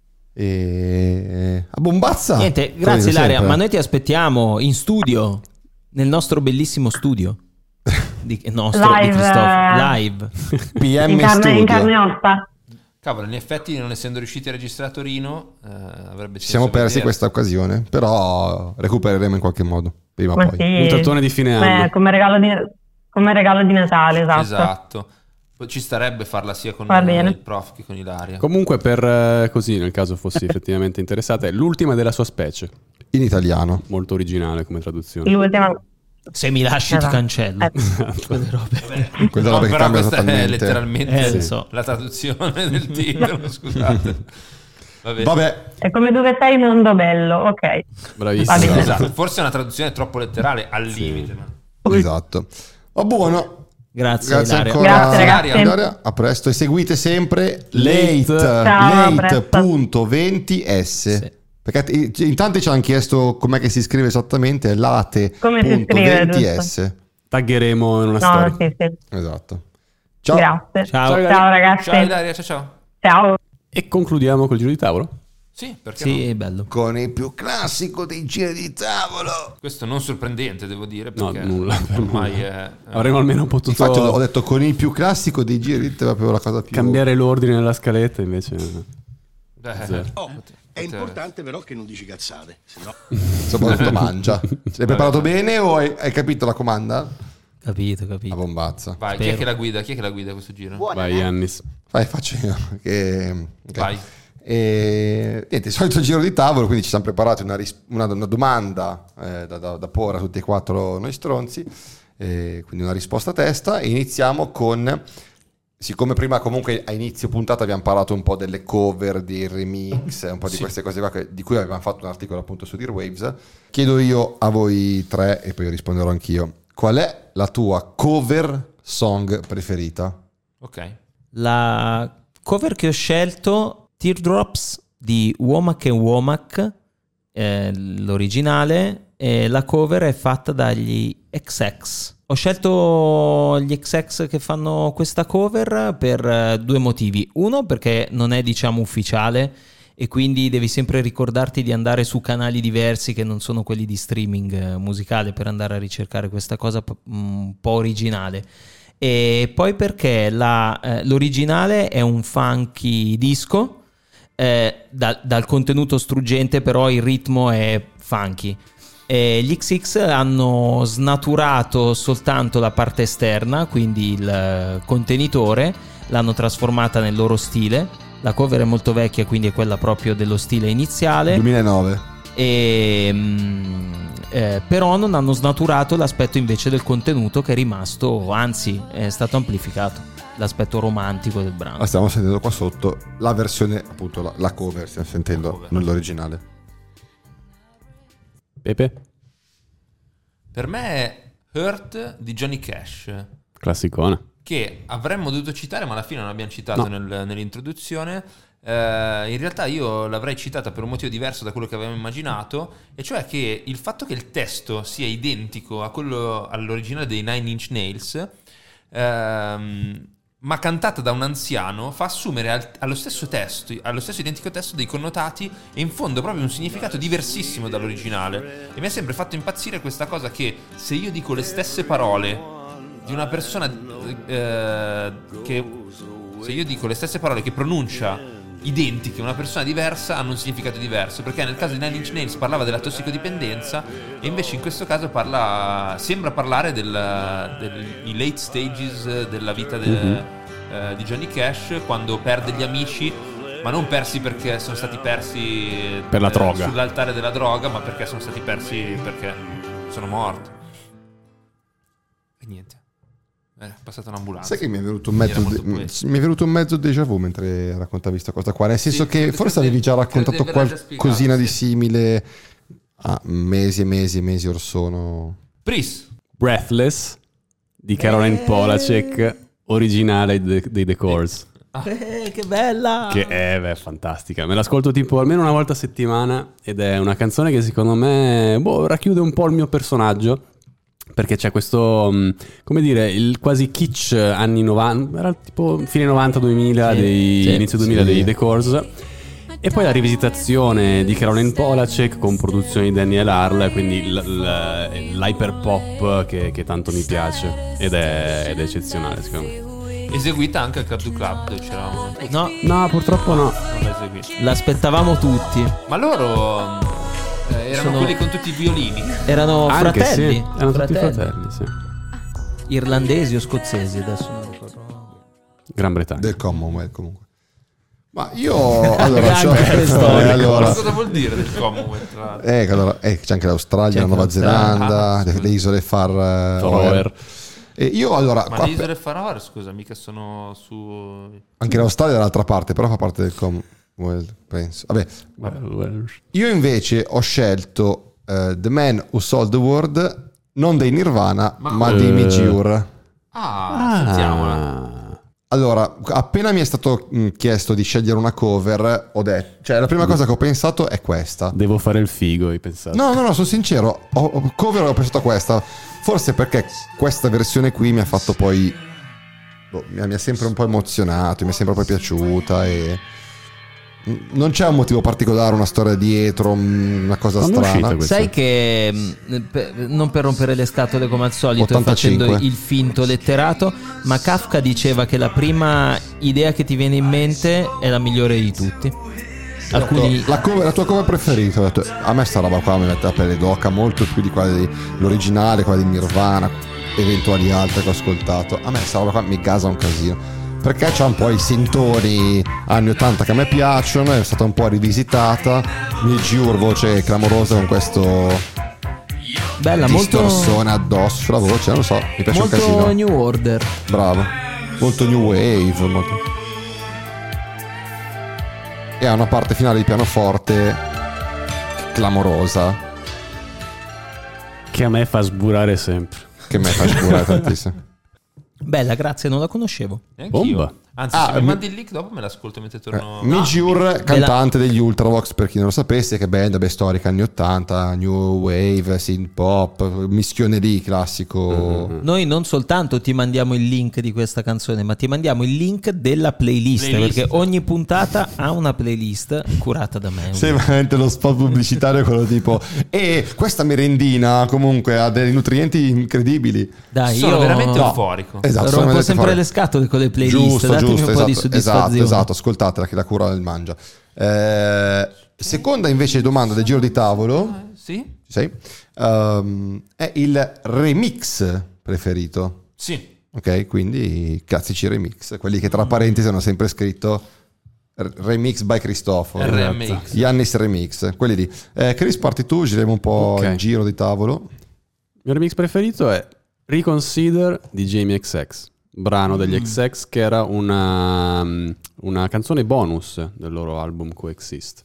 E a Bombazza. Niente, grazie Ilaria, ma noi ti aspettiamo in studio, nel nostro bellissimo studio. Di, nostro, Live, di Cristoforo. Live. P M in, carne, Studio. in carne e ossa. Cavolo, in effetti non essendo riusciti a registrare a Torino eh, avrebbe Ci siamo senso persi vedere. questa occasione, però recupereremo in qualche modo, prima o Ma poi. sì, Un tattone di fine anno. eh, come, regalo di, come regalo di Natale, esatto. Esatto. Poi ci starebbe farla sia con Va eh, bene. il prof che con Ilaria. Comunque per eh, così, nel caso fossi effettivamente interessata, è l'ultima della sua specie, In italiano. molto originale come traduzione. L'ultima. Se mi lasci ti Esatto. cancello. Eh. Quelle robe. Quella No, roba che però cambia questa è totalmente. letteralmente Eh, lo so. la traduzione del titolo, scusate. Vabbè. Vabbè, È come dove sei mondo bello, ok. Bravissimo. Va bene. Esatto. Forse è una traduzione troppo letterale al limite. Ma... esatto. Va buono. Grazie, Grazie Ilaria. ancora. Grazie, ragazzi. Ilaria. A presto e seguite sempre Late. Ciao, a presto. late punto venti s. Sì. Perché in tanti ci hanno chiesto com'è che si scrive esattamente, Come si scrive, late punto venti s. Taggeremo in una No, storia. sì, sì. Esatto. Ciao. Grazie. Ciao. Ciao ragazzi. Ciao Ilaria, ciao ciao. Ciao. E concludiamo col giro di tavolo. Sì, perché Sì, no? è bello. Con il più classico dei giri di tavolo. Questo non sorprendente, devo dire, No, perché nulla. ormai è... Avremmo almeno potuto Infatti ho detto con il più classico dei giri di tavolo, proprio la cosa più... cambiare l'ordine nella scaletta, invece Eh, Zero. Oh, è importante però che non dici cazzate, se no... Soprattutto mangia. Sei preparato bene o hai, hai capito la comanda? Capito, La capito. bombazza. Vai, chi è Spero. che la guida? Chi è che la guida questo giro? vai Yannis. Vai, faccio io. Che... ok. Vai. E niente, il solito giro di tavolo, quindi ci siamo preparati una, ris- una, una domanda eh, da, da, da porre a tutti e quattro noi stronzi, eh, quindi una risposta a testa, e iniziamo con, siccome prima comunque a inizio puntata abbiamo parlato un po' delle cover, dei remix, un po' di Sì. queste cose qua che, di cui avevamo fatto un articolo appunto su Dearwaves, chiedo io a voi tre e poi risponderò anch'io, qual è la tua cover song preferita? Ok. La cover che ho scelto, Teardrops di Womack and Womack, eh, l'originale, e la cover è fatta dagli X X. Ho scelto gli X X che fanno questa cover per eh, due motivi. Uno, perché non è, diciamo, ufficiale, e quindi devi sempre ricordarti di andare su canali diversi che non sono quelli di streaming eh, musicale per andare a ricercare questa cosa p- un po' originale. E poi perché la, eh, l'originale è un funky disco, eh, da, dal contenuto struggente, però il ritmo è funky. E gli X X hanno snaturato soltanto la parte esterna, quindi il contenitore, l'hanno trasformata nel loro stile. La cover è molto vecchia, quindi è quella proprio dello stile iniziale. duemilanove. E, mm, eh, però non hanno snaturato l'aspetto invece del contenuto, che è rimasto, anzi è stato amplificato, l'aspetto romantico del brano. La stiamo sentendo qua sotto, la versione appunto, la, la cover stiamo sentendo, cover. non l'originale. Pepe? Per me è Hurt di Johnny Cash, Classicone. che avremmo dovuto citare ma alla fine non abbiamo citato No. nel- nell'introduzione. Eh, in realtà io l'avrei citata per un motivo diverso da quello che avevamo immaginato, e cioè che il fatto che il testo sia identico a quello all'originale dei Nine Inch Nails, ehm, ma cantata da un anziano, fa assumere al- allo stesso testo, allo stesso identico testo, dei connotati e in fondo proprio un significato diversissimo dall'originale. E mi ha sempre fatto impazzire questa cosa, che se io dico le stesse parole di una persona eh, che se io dico le stesse parole che pronuncia identiche una persona diversa, hanno un significato diverso, perché nel caso di Nine Inch Nails parlava della tossicodipendenza e invece in questo caso parla, sembra parlare del, dei late stages della vita de- Mhm. eh, di Johnny Cash, quando perde gli amici, ma non persi perché sono stati persi Per la eh, droga. sull'altare della droga, ma perché sono stati persi perché sono morti. E niente, eh, è passata un'ambulanza. Sai che mi è venuto un Era mezzo, molto de- poetico. mi è venuto un mezzo déjà vu mentre raccontavi questa cosa qua, nel senso Sì, che credo- forse credo avevi già di- raccontato credo di averla già qualcosina spiegato, di sì. simile a mesi e mesi e mesi or sono. Pris. Breathless di Caroline Polachek, originale de- dei The Course. Eh, che bella! Che è beh, fantastica. Me l'ascolto tipo almeno una volta a settimana ed è una canzone che secondo me boh, racchiude un po' il mio personaggio, perché c'è questo, mh, come dire, il quasi kitsch anni novanta, era tipo fine novanta duemila, Sì, dei, sì. inizio duemila Sì. dei The Course, e poi la rivisitazione di Caroline Polachek con produzioni di Daniel Harle, quindi l- l- l'hyperpop che, che tanto mi piace ed è, ed è eccezionale secondo me. Eseguita anche al Club to Club, dove c'eravamo. No, No, purtroppo no. Non l'ha eseguita. l'aspettavamo tutti. Ma loro eh, erano Sono- quelli con tutti i violini. Erano Anche fratelli, sì, erano tutti fratelli, sì. irlandesi o scozzesi, adesso non ricordo. Gran Bretagna. Del Commonwealth comunque. Ma io allora, Anche c'ho- questo, eh, allora, Cosa vuol dire del Commonwealth? tra l'altro? eh, allora, eh, c'è anche l'Australia, C'è la Nuova anche l'Australia. Zelanda, Ah, le, scusa. le isole Far eh, Faroe. E io allora Ma qua- le isole Faroe, scusa, mica sono su... anche l'Australia è dall'altra parte, però fa parte del Commonwealth, penso. Vabbè, Well, well. io invece ho scelto eh, The Man Who Sold the World, non dei Nirvana, ma, Ma- di Eh. Mijur. Ah, sentiamola. Ah. Allora, appena mi è stato mh, chiesto di scegliere una cover, ho detto, cioè la prima cosa che ho pensato è questa. Devo fare il figo, hai pensato? No, no, no, sono sincero, ho, ho- cover ho pensato a questa, forse perché questa versione qui mi ha fatto poi, boh, mi, ha, mi ha sempre un po' emozionato, mi è sempre poi piaciuta e non c'è un motivo particolare, una storia dietro, mh, una cosa Quando è uscita strana. questa? Sai che mh, per- non per rompere le scatole come al solito e ottantacinque. facendo il finto letterato, ma Kafka diceva che la prima idea che ti viene in mente è la migliore di tutti. Alcuni La, cover- la tua cover preferita? Ho detto, a me sta roba qua mi mette la pelle d'oca molto più di quella dell'originale, quella di Nirvana, eventuali altre che ho ascoltato. A me sta roba qua mi gasa un casino. perché c'ha un po' i sintoni anni ottanta che a me piacciono, è stata un po' rivisitata. Mijur, voce clamorosa con questo Bella, molto distorsone addosso sulla voce, non lo so, mi piace un molto casino. New Order. Bravo, molto new wave, molto... e ha una parte finale di pianoforte clamorosa Che a me fa sburare sempre. che mi fa scurare tantissimo. Bella, grazie, non la conoscevo. Neanch'io. Bomba. Anzi, Ah, se mi mi- mandi il link dopo me l'ascolto mentre torno. Eh, Mijur, cantante degli Ultravox, per chi non lo sapesse, che band beh, storica anni ottanta, new wave, synth pop, mischione lì classico. Noi non soltanto ti mandiamo il link di questa canzone, ma ti mandiamo il link della playlist, Playlist. perché ogni puntata ha una playlist curata da me. Sei veramente lo spot pubblicitario quello tipo e questa merendina comunque ha dei nutrienti incredibili. Dai, Sono io veramente no, euforico. Esatto, rompo solamente sempre fare- le scatole con le playlist. Giusto, datemi giusto, un po' di esatto, soddisfazione. esatto, esatto, ascoltatela che la cura il mangia. Eh, seconda invece domanda del giro di tavolo, Sì? ci sei? Ehm, è il remix preferito. Sì. Ok, quindi i classici remix, quelli che tra parentesi hanno sempre scritto r- remix by Cristoforo. R M X. Yannis remix, quelli lì. Eh, Chris, parti tu, giremo un po' Ok. il giro di tavolo. Il mio remix preferito è Reconsider di Jamie X X, brano degli X X che era una, una canzone bonus del loro album Coexist.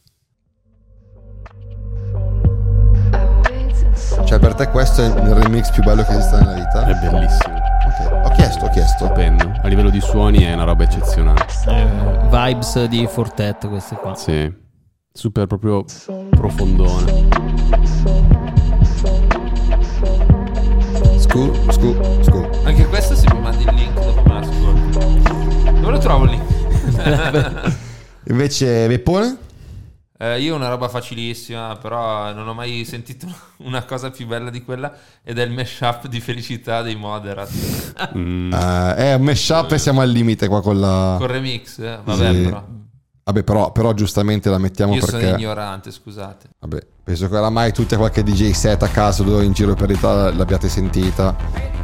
Cioè per te questo è il remix più bello che esista nella vita? È bellissimo, Ok, ho chiesto, ho chiesto. stupendo. A livello di suoni è una roba eccezionale. Eh, vibes di Fortet queste qua. Sì, super proprio profondone. Scu, scu, scu. Anche questo se mi mandi il link dopo me l'ascolto. Dove lo trovo il link? Invece Veppone? Eh, io ho una roba facilissima, però non ho mai sentito una cosa più bella di quella, ed è il mashup di Felicità dei Moderat. Mm. Eh, è un mashup e siamo al limite qua con la... Con remix, eh? Vabbè, Sì. però. Vabbè, però, però giustamente la mettiamo Io sono perché... ignorante, scusate. Vabbè, penso che oramai tutti a qualche D J set a caso dove in giro per l'Italia l'abbiate sentita.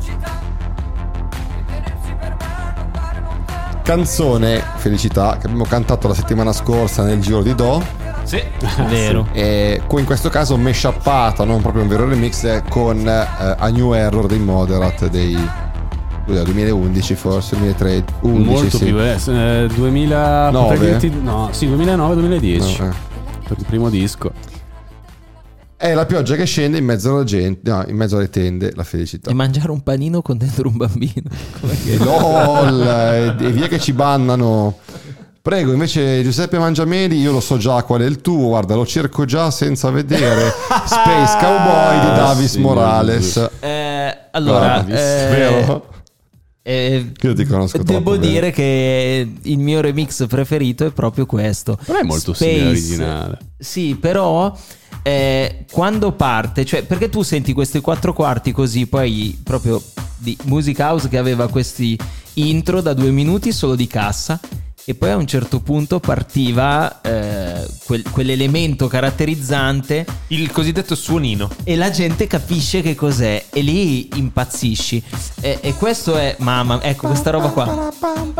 Canzone Felicità che abbiamo cantato la settimana scorsa nel giro di Do. Sì. Vero. E in questo caso mashuppata, non proprio un vero remix, è con eh, A New Error dei Moderat dei scusa, duemilaundici forse, duemilatredici, undici, Molto sì. più, eh, eh, duemila Nove? potrei dirti- no, sì, duemilanove duemiladieci No, eh. per il primo disco. È la pioggia che scende in mezzo alla gente, no, in mezzo alle tende, la felicità. E mangiare un panino con dentro un bambino. Com'è che- LOL, e e via che ci bannano. Prego, invece Giuseppe Mangiameli, io lo so già qual è il tuo, guarda, lo cerco già senza vedere. Space Cowboy di Davis sì, Morales. Eh, allora, Guarda, eh, vero? eh, Io ti conosco devo troppo bene. dire che il mio remix preferito è proprio questo. Però è molto Space. simile all'originale. Sì, però eh, quando parte, cioè perché tu senti questi quattro quarti così, poi proprio di Music House che aveva questi intro da due minuti solo di cassa, e poi a un certo punto partiva eh, quel- quell'elemento caratterizzante Il cosiddetto suonino. e la gente capisce che cos'è e lì impazzisci. E, e questo è, mamma, ecco questa roba qua.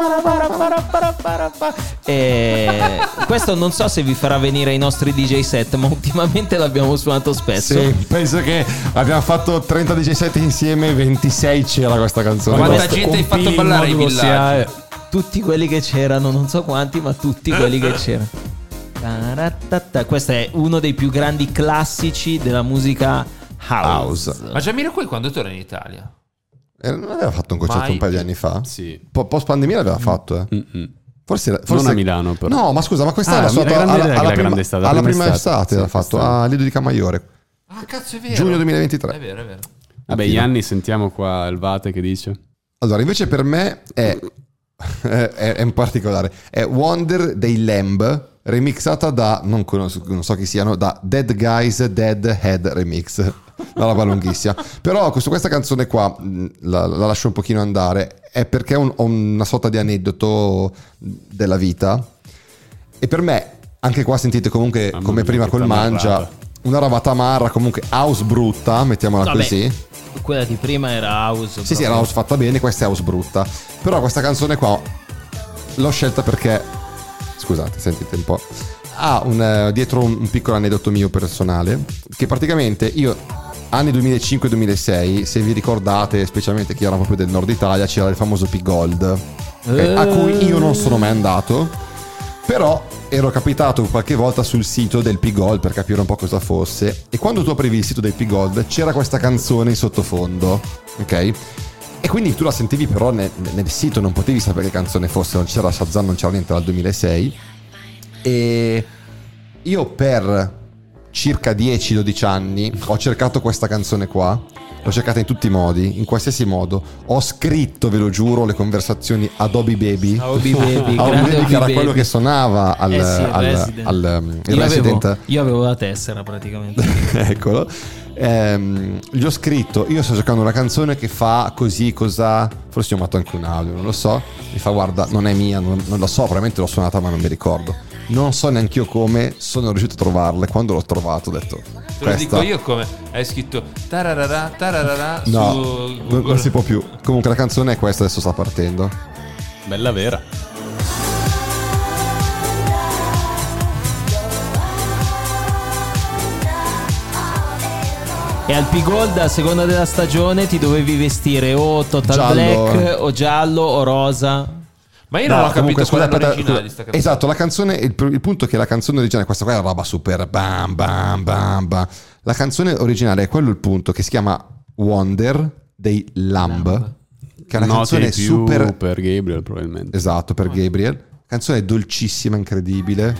E questo non so se vi farà venire ai nostri D J set, ma ultimamente l'abbiamo suonato spesso. Sì, penso che abbiamo fatto trenta D J set insieme, ventisei c'era questa canzone. Quanta Basta. gente hai fatto Compili il ballare i modulo villaggi? S I A E. Tutti quelli che c'erano, non so quanti, ma tutti quelli che c'erano. Taratata. Questo è uno dei più grandi classici della musica house. House. Ma Jamiroquai quando torna in Italia? Eh, non aveva fatto un concerto Mai. un paio di anni fa? Sì. Po- Post pandemia l'aveva fatto, eh. Mm-mm. Forse, forse Non a Milano, però. No, ma scusa, ma questa Ah, è la la sua grande alla, idea che alla la prima, grande estate, la alla prima prima estate, estate sì, l'ha fatto quest'anno. a Lido di Camaiore, Ah, cazzo, è vero. giugno duemilaventitré. È vero, è vero. Vabbè, gli anni sentiamo qua il Vate che dice. Allora, invece per me è, è, è un particolare. È Wonder dei Lamb, remixata da, non, conosco, non so chi siano, da Dead Guys Dead Head Remix. Una roba lunghissima. Però su questa canzone qua, mh, la, la lascio un pochino andare, è perché ho un- ho una sorta di aneddoto della vita. E per me, anche qua sentite comunque, Mamma come mia, prima che col Mangia, tamarrata. una roba tamarra, comunque house brutta, mettiamola Vabbè, così. quella di prima era house. Sì, sì, proprio. era house fatta bene, questa è house brutta. Però questa canzone qua l'ho scelta perché, scusate, sentite un po', ha un, dietro un, un piccolo aneddoto mio personale, che praticamente io, anni duemilacinque duemilasei, se vi ricordate, specialmente chi era proprio del nord Italia, c'era il famoso P-Gold, eh, a cui io non sono mai andato, però ero capitato qualche volta sul sito del P-Gold per capire un po' cosa fosse, e quando tu aprivi il sito del P-Gold c'era questa canzone in sottofondo, ok? E quindi tu la sentivi, però nel, nel sito non potevi sapere che canzone fosse, non c'era Shazam, non c'era niente dal duemilasei. E io per circa dieci dodici anni ho cercato questa canzone qua, l'ho cercata in tutti i modi, in qualsiasi modo. Ho scritto, ve lo giuro, le conversazioni Adobe Baby, Adobe Baby, Adobe Baby, che era Baby. quello che suonava al, Eh sì, al, Resident. al um, il io, Resident. avevo, io avevo la tessera praticamente. Eccolo. Ehm, gli ho scritto, io sto cercando una canzone che fa così, cosa, forse ho fatto anche un audio, non lo so. Mi fa, guarda, non è mia, non, non lo so, probabilmente l'ho suonata ma non mi ricordo, non so neanche io come, sono riuscito a trovarla, e quando l'ho trovato ho detto, Te lo dico io come hai scritto tararara tararara no, su non, Google. non si può più. Comunque la canzone è questa, adesso sta partendo. Bella vera. E al P-Gold, a seconda della stagione, ti dovevi vestire o Total Giallo, Black eh. o giallo o rosa. Ma io non No, ho capito comunque, qual è scusa, aspetta, l'originale di sta canzone. esatto, la canzone, il, il punto è che la canzone originale, questa qua è una roba super bam bam bam bam. La canzone originale è quello il punto, che si chiama Wonder dei Lamb, Lamb. che è una Noti canzone più super, per Gabriel probabilmente. esatto, per Gabriel, canzone dolcissima, incredibile,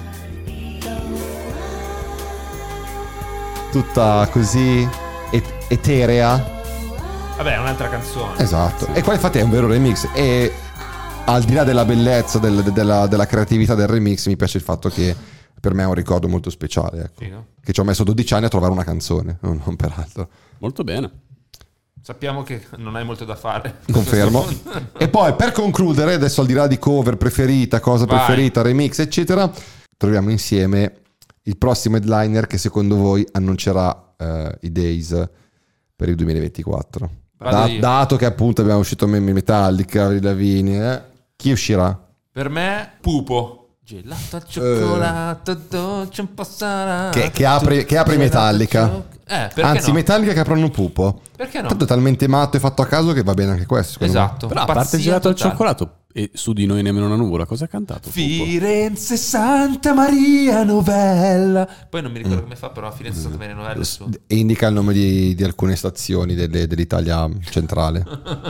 tutta così et- eterea. Vabbè, è un'altra canzone. Esatto, e qua infatti è un vero remix, e al di là della bellezza, del- della, della creatività del remix, mi piace il fatto che per me è un ricordo molto speciale, ecco. Figo. Che ci ho messo dodici anni a trovare una canzone, non, non per altro. Molto bene. Sappiamo che non hai molto da fare. Confermo. E poi per concludere, adesso al di là di cover preferita, cosa Vai. preferita, remix eccetera, troviamo insieme il prossimo headliner che secondo voi annuncerà eh, i Days per il duemilaventiquattro. Vado Da- io. dato che appunto abbiamo uscito Metallica, Avril Lavigne, eh, chi uscirà? Per me, Pupo. Gelato al cioccolato, dolce un po' sarà. Che- che apre- che apre Gelato Metallica. al cioc- Eh, perché Anzi, no? Metallica che aprono un pupo. Perché no? Tanto è talmente matto e fatto a caso che va bene anche questo. secondo me. Esatto. Però a parte Pazzia il gelato al totale. cioccolato e su di noi nemmeno una nuvola, cosa ha cantato? Pupo? Firenze Santa Maria Novella. Poi non mi ricordo come fa, però Firenze Santa Maria Novella è su. E indica il nome di, di alcune stazioni delle- dell'Italia centrale.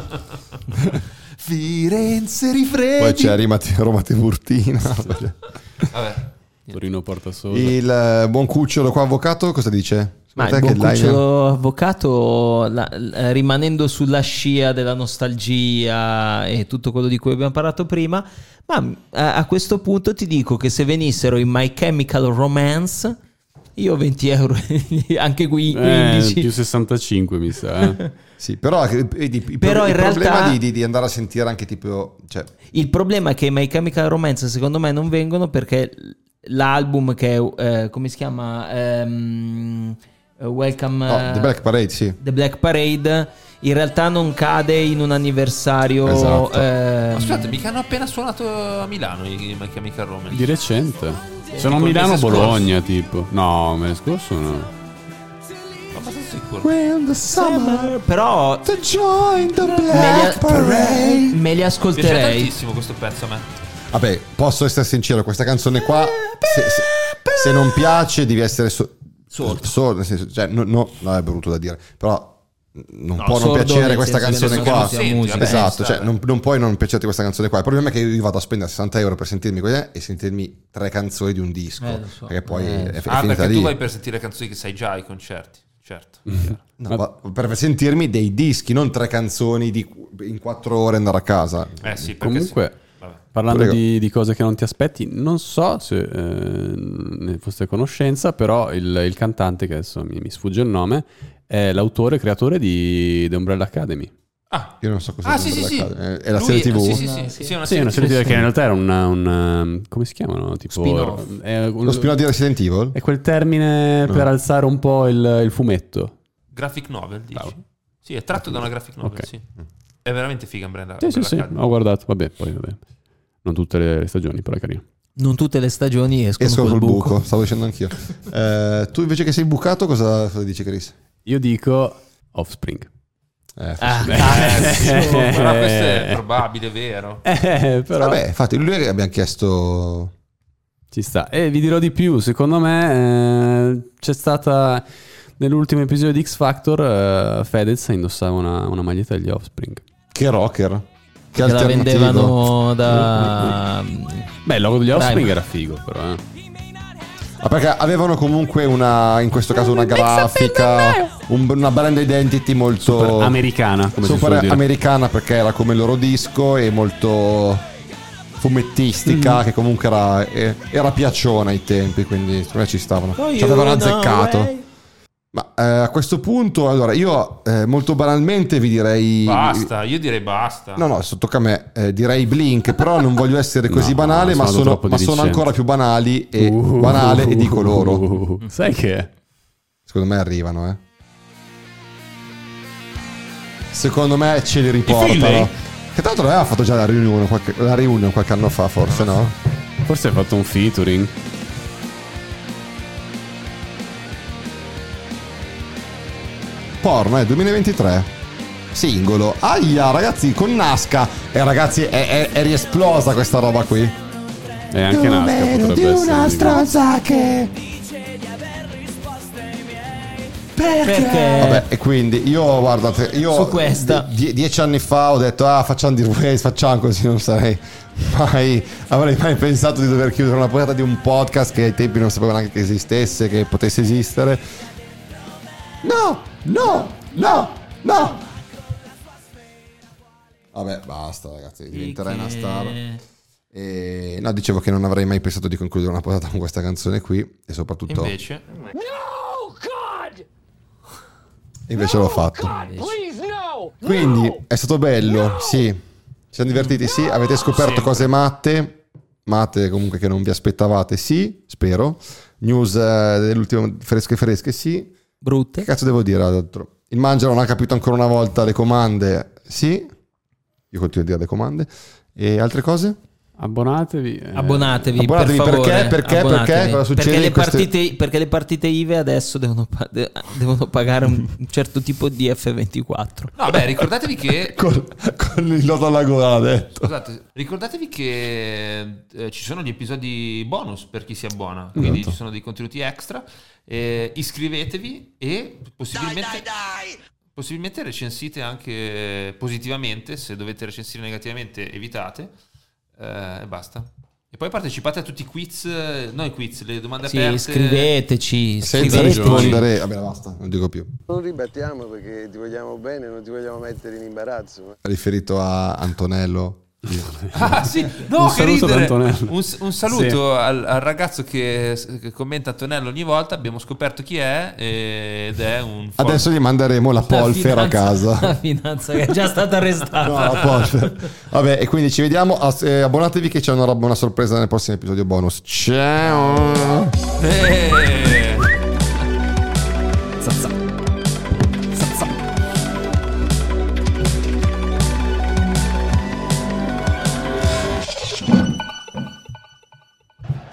Firenze Rifredi. Poi c'è Roma, Roma Tiburtina. Vabbè. Torino porta solo. Il eh, buon cucciolo qua avvocato cosa dice? Ma Secondo il te buon che headliner- cucciolo avvocato, la- la- rimanendo sulla scia della nostalgia e tutto quello di cui abbiamo parlato prima, ma a, a questo punto ti dico che se venissero in My Chemical Romance, io venti euro, anche qui Eh, quindici. più sessantacinque mi sa. eh. Sì, però eh, vedi, il, Però il in problema realtà- di, di- di andare a sentire anche tipo, cioè, Il problema è che i My Chemical Romance secondo me non vengono perché l'album che è, eh, come si chiama? Ehm, Welcome no, eh, The Black Parade, sì. The Black Parade in realtà non cade in un anniversario. Esatto. ehm, Ma scusate, mica hanno appena suonato a Milano i My Chemical Romance. Di recente. Sono a Tipo il Milano o mese Bologna, tipo. No, il mese scorso no. Sono abbastanza sicuro. When the summer però to join the me li, Black Parade. me li Mi piace ascolterei. tantissimo questo pezzo a me. Vabbè, posso essere sincero, questa canzone qua, se, se- se non piace devi essere so- Sordo. sordo, nel senso, cioè, no, no, no, è brutto da dire, però non No, può non sordo piacere nel questa senso che canzone non qua. senti la musica. Vabbè, Esatto, sta- cioè non, non puoi non piacerti questa canzone qua. Il problema è che io vado a spendere sessanta euro per sentirmi quella e sentirmi tre canzoni di un disco, Eh, lo so. perché poi Eh, è, è Ah, finita perché lì. tu vai per sentire canzoni che sai già ai concerti. Certo. No, ma per sentirmi dei dischi, non tre canzoni di, in quattro ore andare a casa. Eh sì, perché Comunque, sì. Vabbè. parlando Prego. di, di cose che non ti aspetti, non so se eh, ne foste a conoscenza, però il, il cantante, che adesso mi, mi sfugge il nome, è l'autore e creatore di The Umbrella Academy. Ah, Io non so cosa ah sia sì, sì, sì. Umbrella Academy. È la Lui- serie tivù. Sì, sì, No, sì, sì. sì, è una Sì, è una serie serie tivù. che in realtà era una, un come si chiamano? Tipo, Spin-off. È, un- Lo spin-off di Resident Evil? è quel termine per alzare un po' il, il fumetto. Graphic novel, dici? Bravo. Sì, è tratto da una graphic novel, Ok. sì. È veramente figa Umbrella. Sì, sì, Umbrella sì, Academy. ho guardato. Vabbè, poi vabbè. Non tutte le stagioni, però è carino. Non tutte le stagioni escono, Esco col col buco. buco. Stavo dicendo anch'io. Eh, tu invece che sei bucato, cosa, cosa dici, Chris? Io dico Offspring. Eh, Ah, Eh, cazzo. però questo è probabile, vero? Eh, però Vabbè, infatti, lui abbiamo chiesto. ci sta. E vi dirò di più, secondo me eh, c'è stata nell'ultimo episodio di X Factor eh, Fedez indossava una, una maglietta degli Offspring. Che rocker. Che, Che la alternativo. vendevano da... Beh, il logo degli Offspring Dai. era figo, però eh. Ah, perché avevano comunque una, in questo caso una grafica, un- una brand identity molto Super americana, come si super suol dire. americana, perché era come il loro disco e molto fumettistica, Mm. che comunque era, eh, era piacciona ai tempi, quindi secondo me ci stavano. Oh, Ci avevano you know azzeccato. way. Ma eh, a questo punto, allora, io eh, molto banalmente vi direi... Basta, io direi basta. No, no, adesso tocca a me. Eh, direi Blink, però non voglio essere così No, banale, ma sono sono, troppo ma sono dirigente. ancora più banali e Uh, banale e dico loro. uh, sai che Secondo me arrivano, eh. Secondo me ce li riportano. Finlay? Che tra l'altro aveva fatto già la riunione qualche, la riunione qualche anno fa, forse, no? forse hai fatto un featuring. Porno, eh, duemilaventitré. Singolo. Aia, ragazzi, con Nasca. E ragazzi, è, è, è riesplosa questa roba qui. E anche Nasca potrebbe essere. stronza che... Perché? Vabbè, e quindi io, guardate, io Su questa. die- dieci anni fa ho detto, ah, facciamo di Waze, facciamo così, non sarei mai, avrei mai pensato di dover chiudere una puntata di un podcast che ai tempi non sapevo neanche che esistesse, che potesse esistere. No, no, no, no. Vabbè, basta, ragazzi, diventerai una star. E no, dicevo che non avrei mai pensato di concludere una puntata con questa canzone qui, e soprattutto Invece, invece l'ho fatto. Quindi è stato bello, sì. Ci siamo divertiti, sì. Avete scoperto Sempre. cose matte, matte comunque che non vi aspettavate, sì, spero. News eh, dell'ultimo fresche fresche, sì. Brutte. Che cazzo devo dire altro? Il Mangia non ha capito ancora una volta le comande, sì. Io continuo a dire le comande. E altre cose? Abbonatevi. eh. Abbonatevi, Abbonatevi, per favore. perché? Perché? Abbonatevi. Perché? Cosa succede Perché le, in queste- partite, perché le partite I V E adesso devono, pa- de- devono pagare un un certo tipo di F ventiquattro. no, beh, ricordatevi che Con, con il lodo alla gola, l'ha detto. Scusate, ricordatevi che eh, ci sono gli episodi bonus per chi si abbona, quindi Esatto. ci sono dei contenuti extra. Eh, iscrivetevi e possibilmente, possibilmente recensite anche positivamente. Se dovete recensire negativamente, evitate eh, e basta. E poi partecipate a tutti i quiz, eh, no i quiz, le domande Sì, aperte. scriveteci, Senza scriveteci. rispondere, vabbè, basta, non dico più. Non ribattiamo perché ti vogliamo bene, non ti vogliamo mettere in imbarazzo. Riferito a Antonello. Ah sì, no, Un che saluto ad ridere. Antonello. Un, un saluto Sì. al, al ragazzo che, che commenta Antonello ogni volta. Abbiamo scoperto chi è ed è un for- Adesso gli manderemo la La polfera a finanza- casa. La finanza che è già stata arrestata. No, la polfera. Vabbè, e quindi ci vediamo. Ass- eh, abbonatevi che c'è una roba, una sorpresa nel prossimo episodio bonus. Ciao. Eh.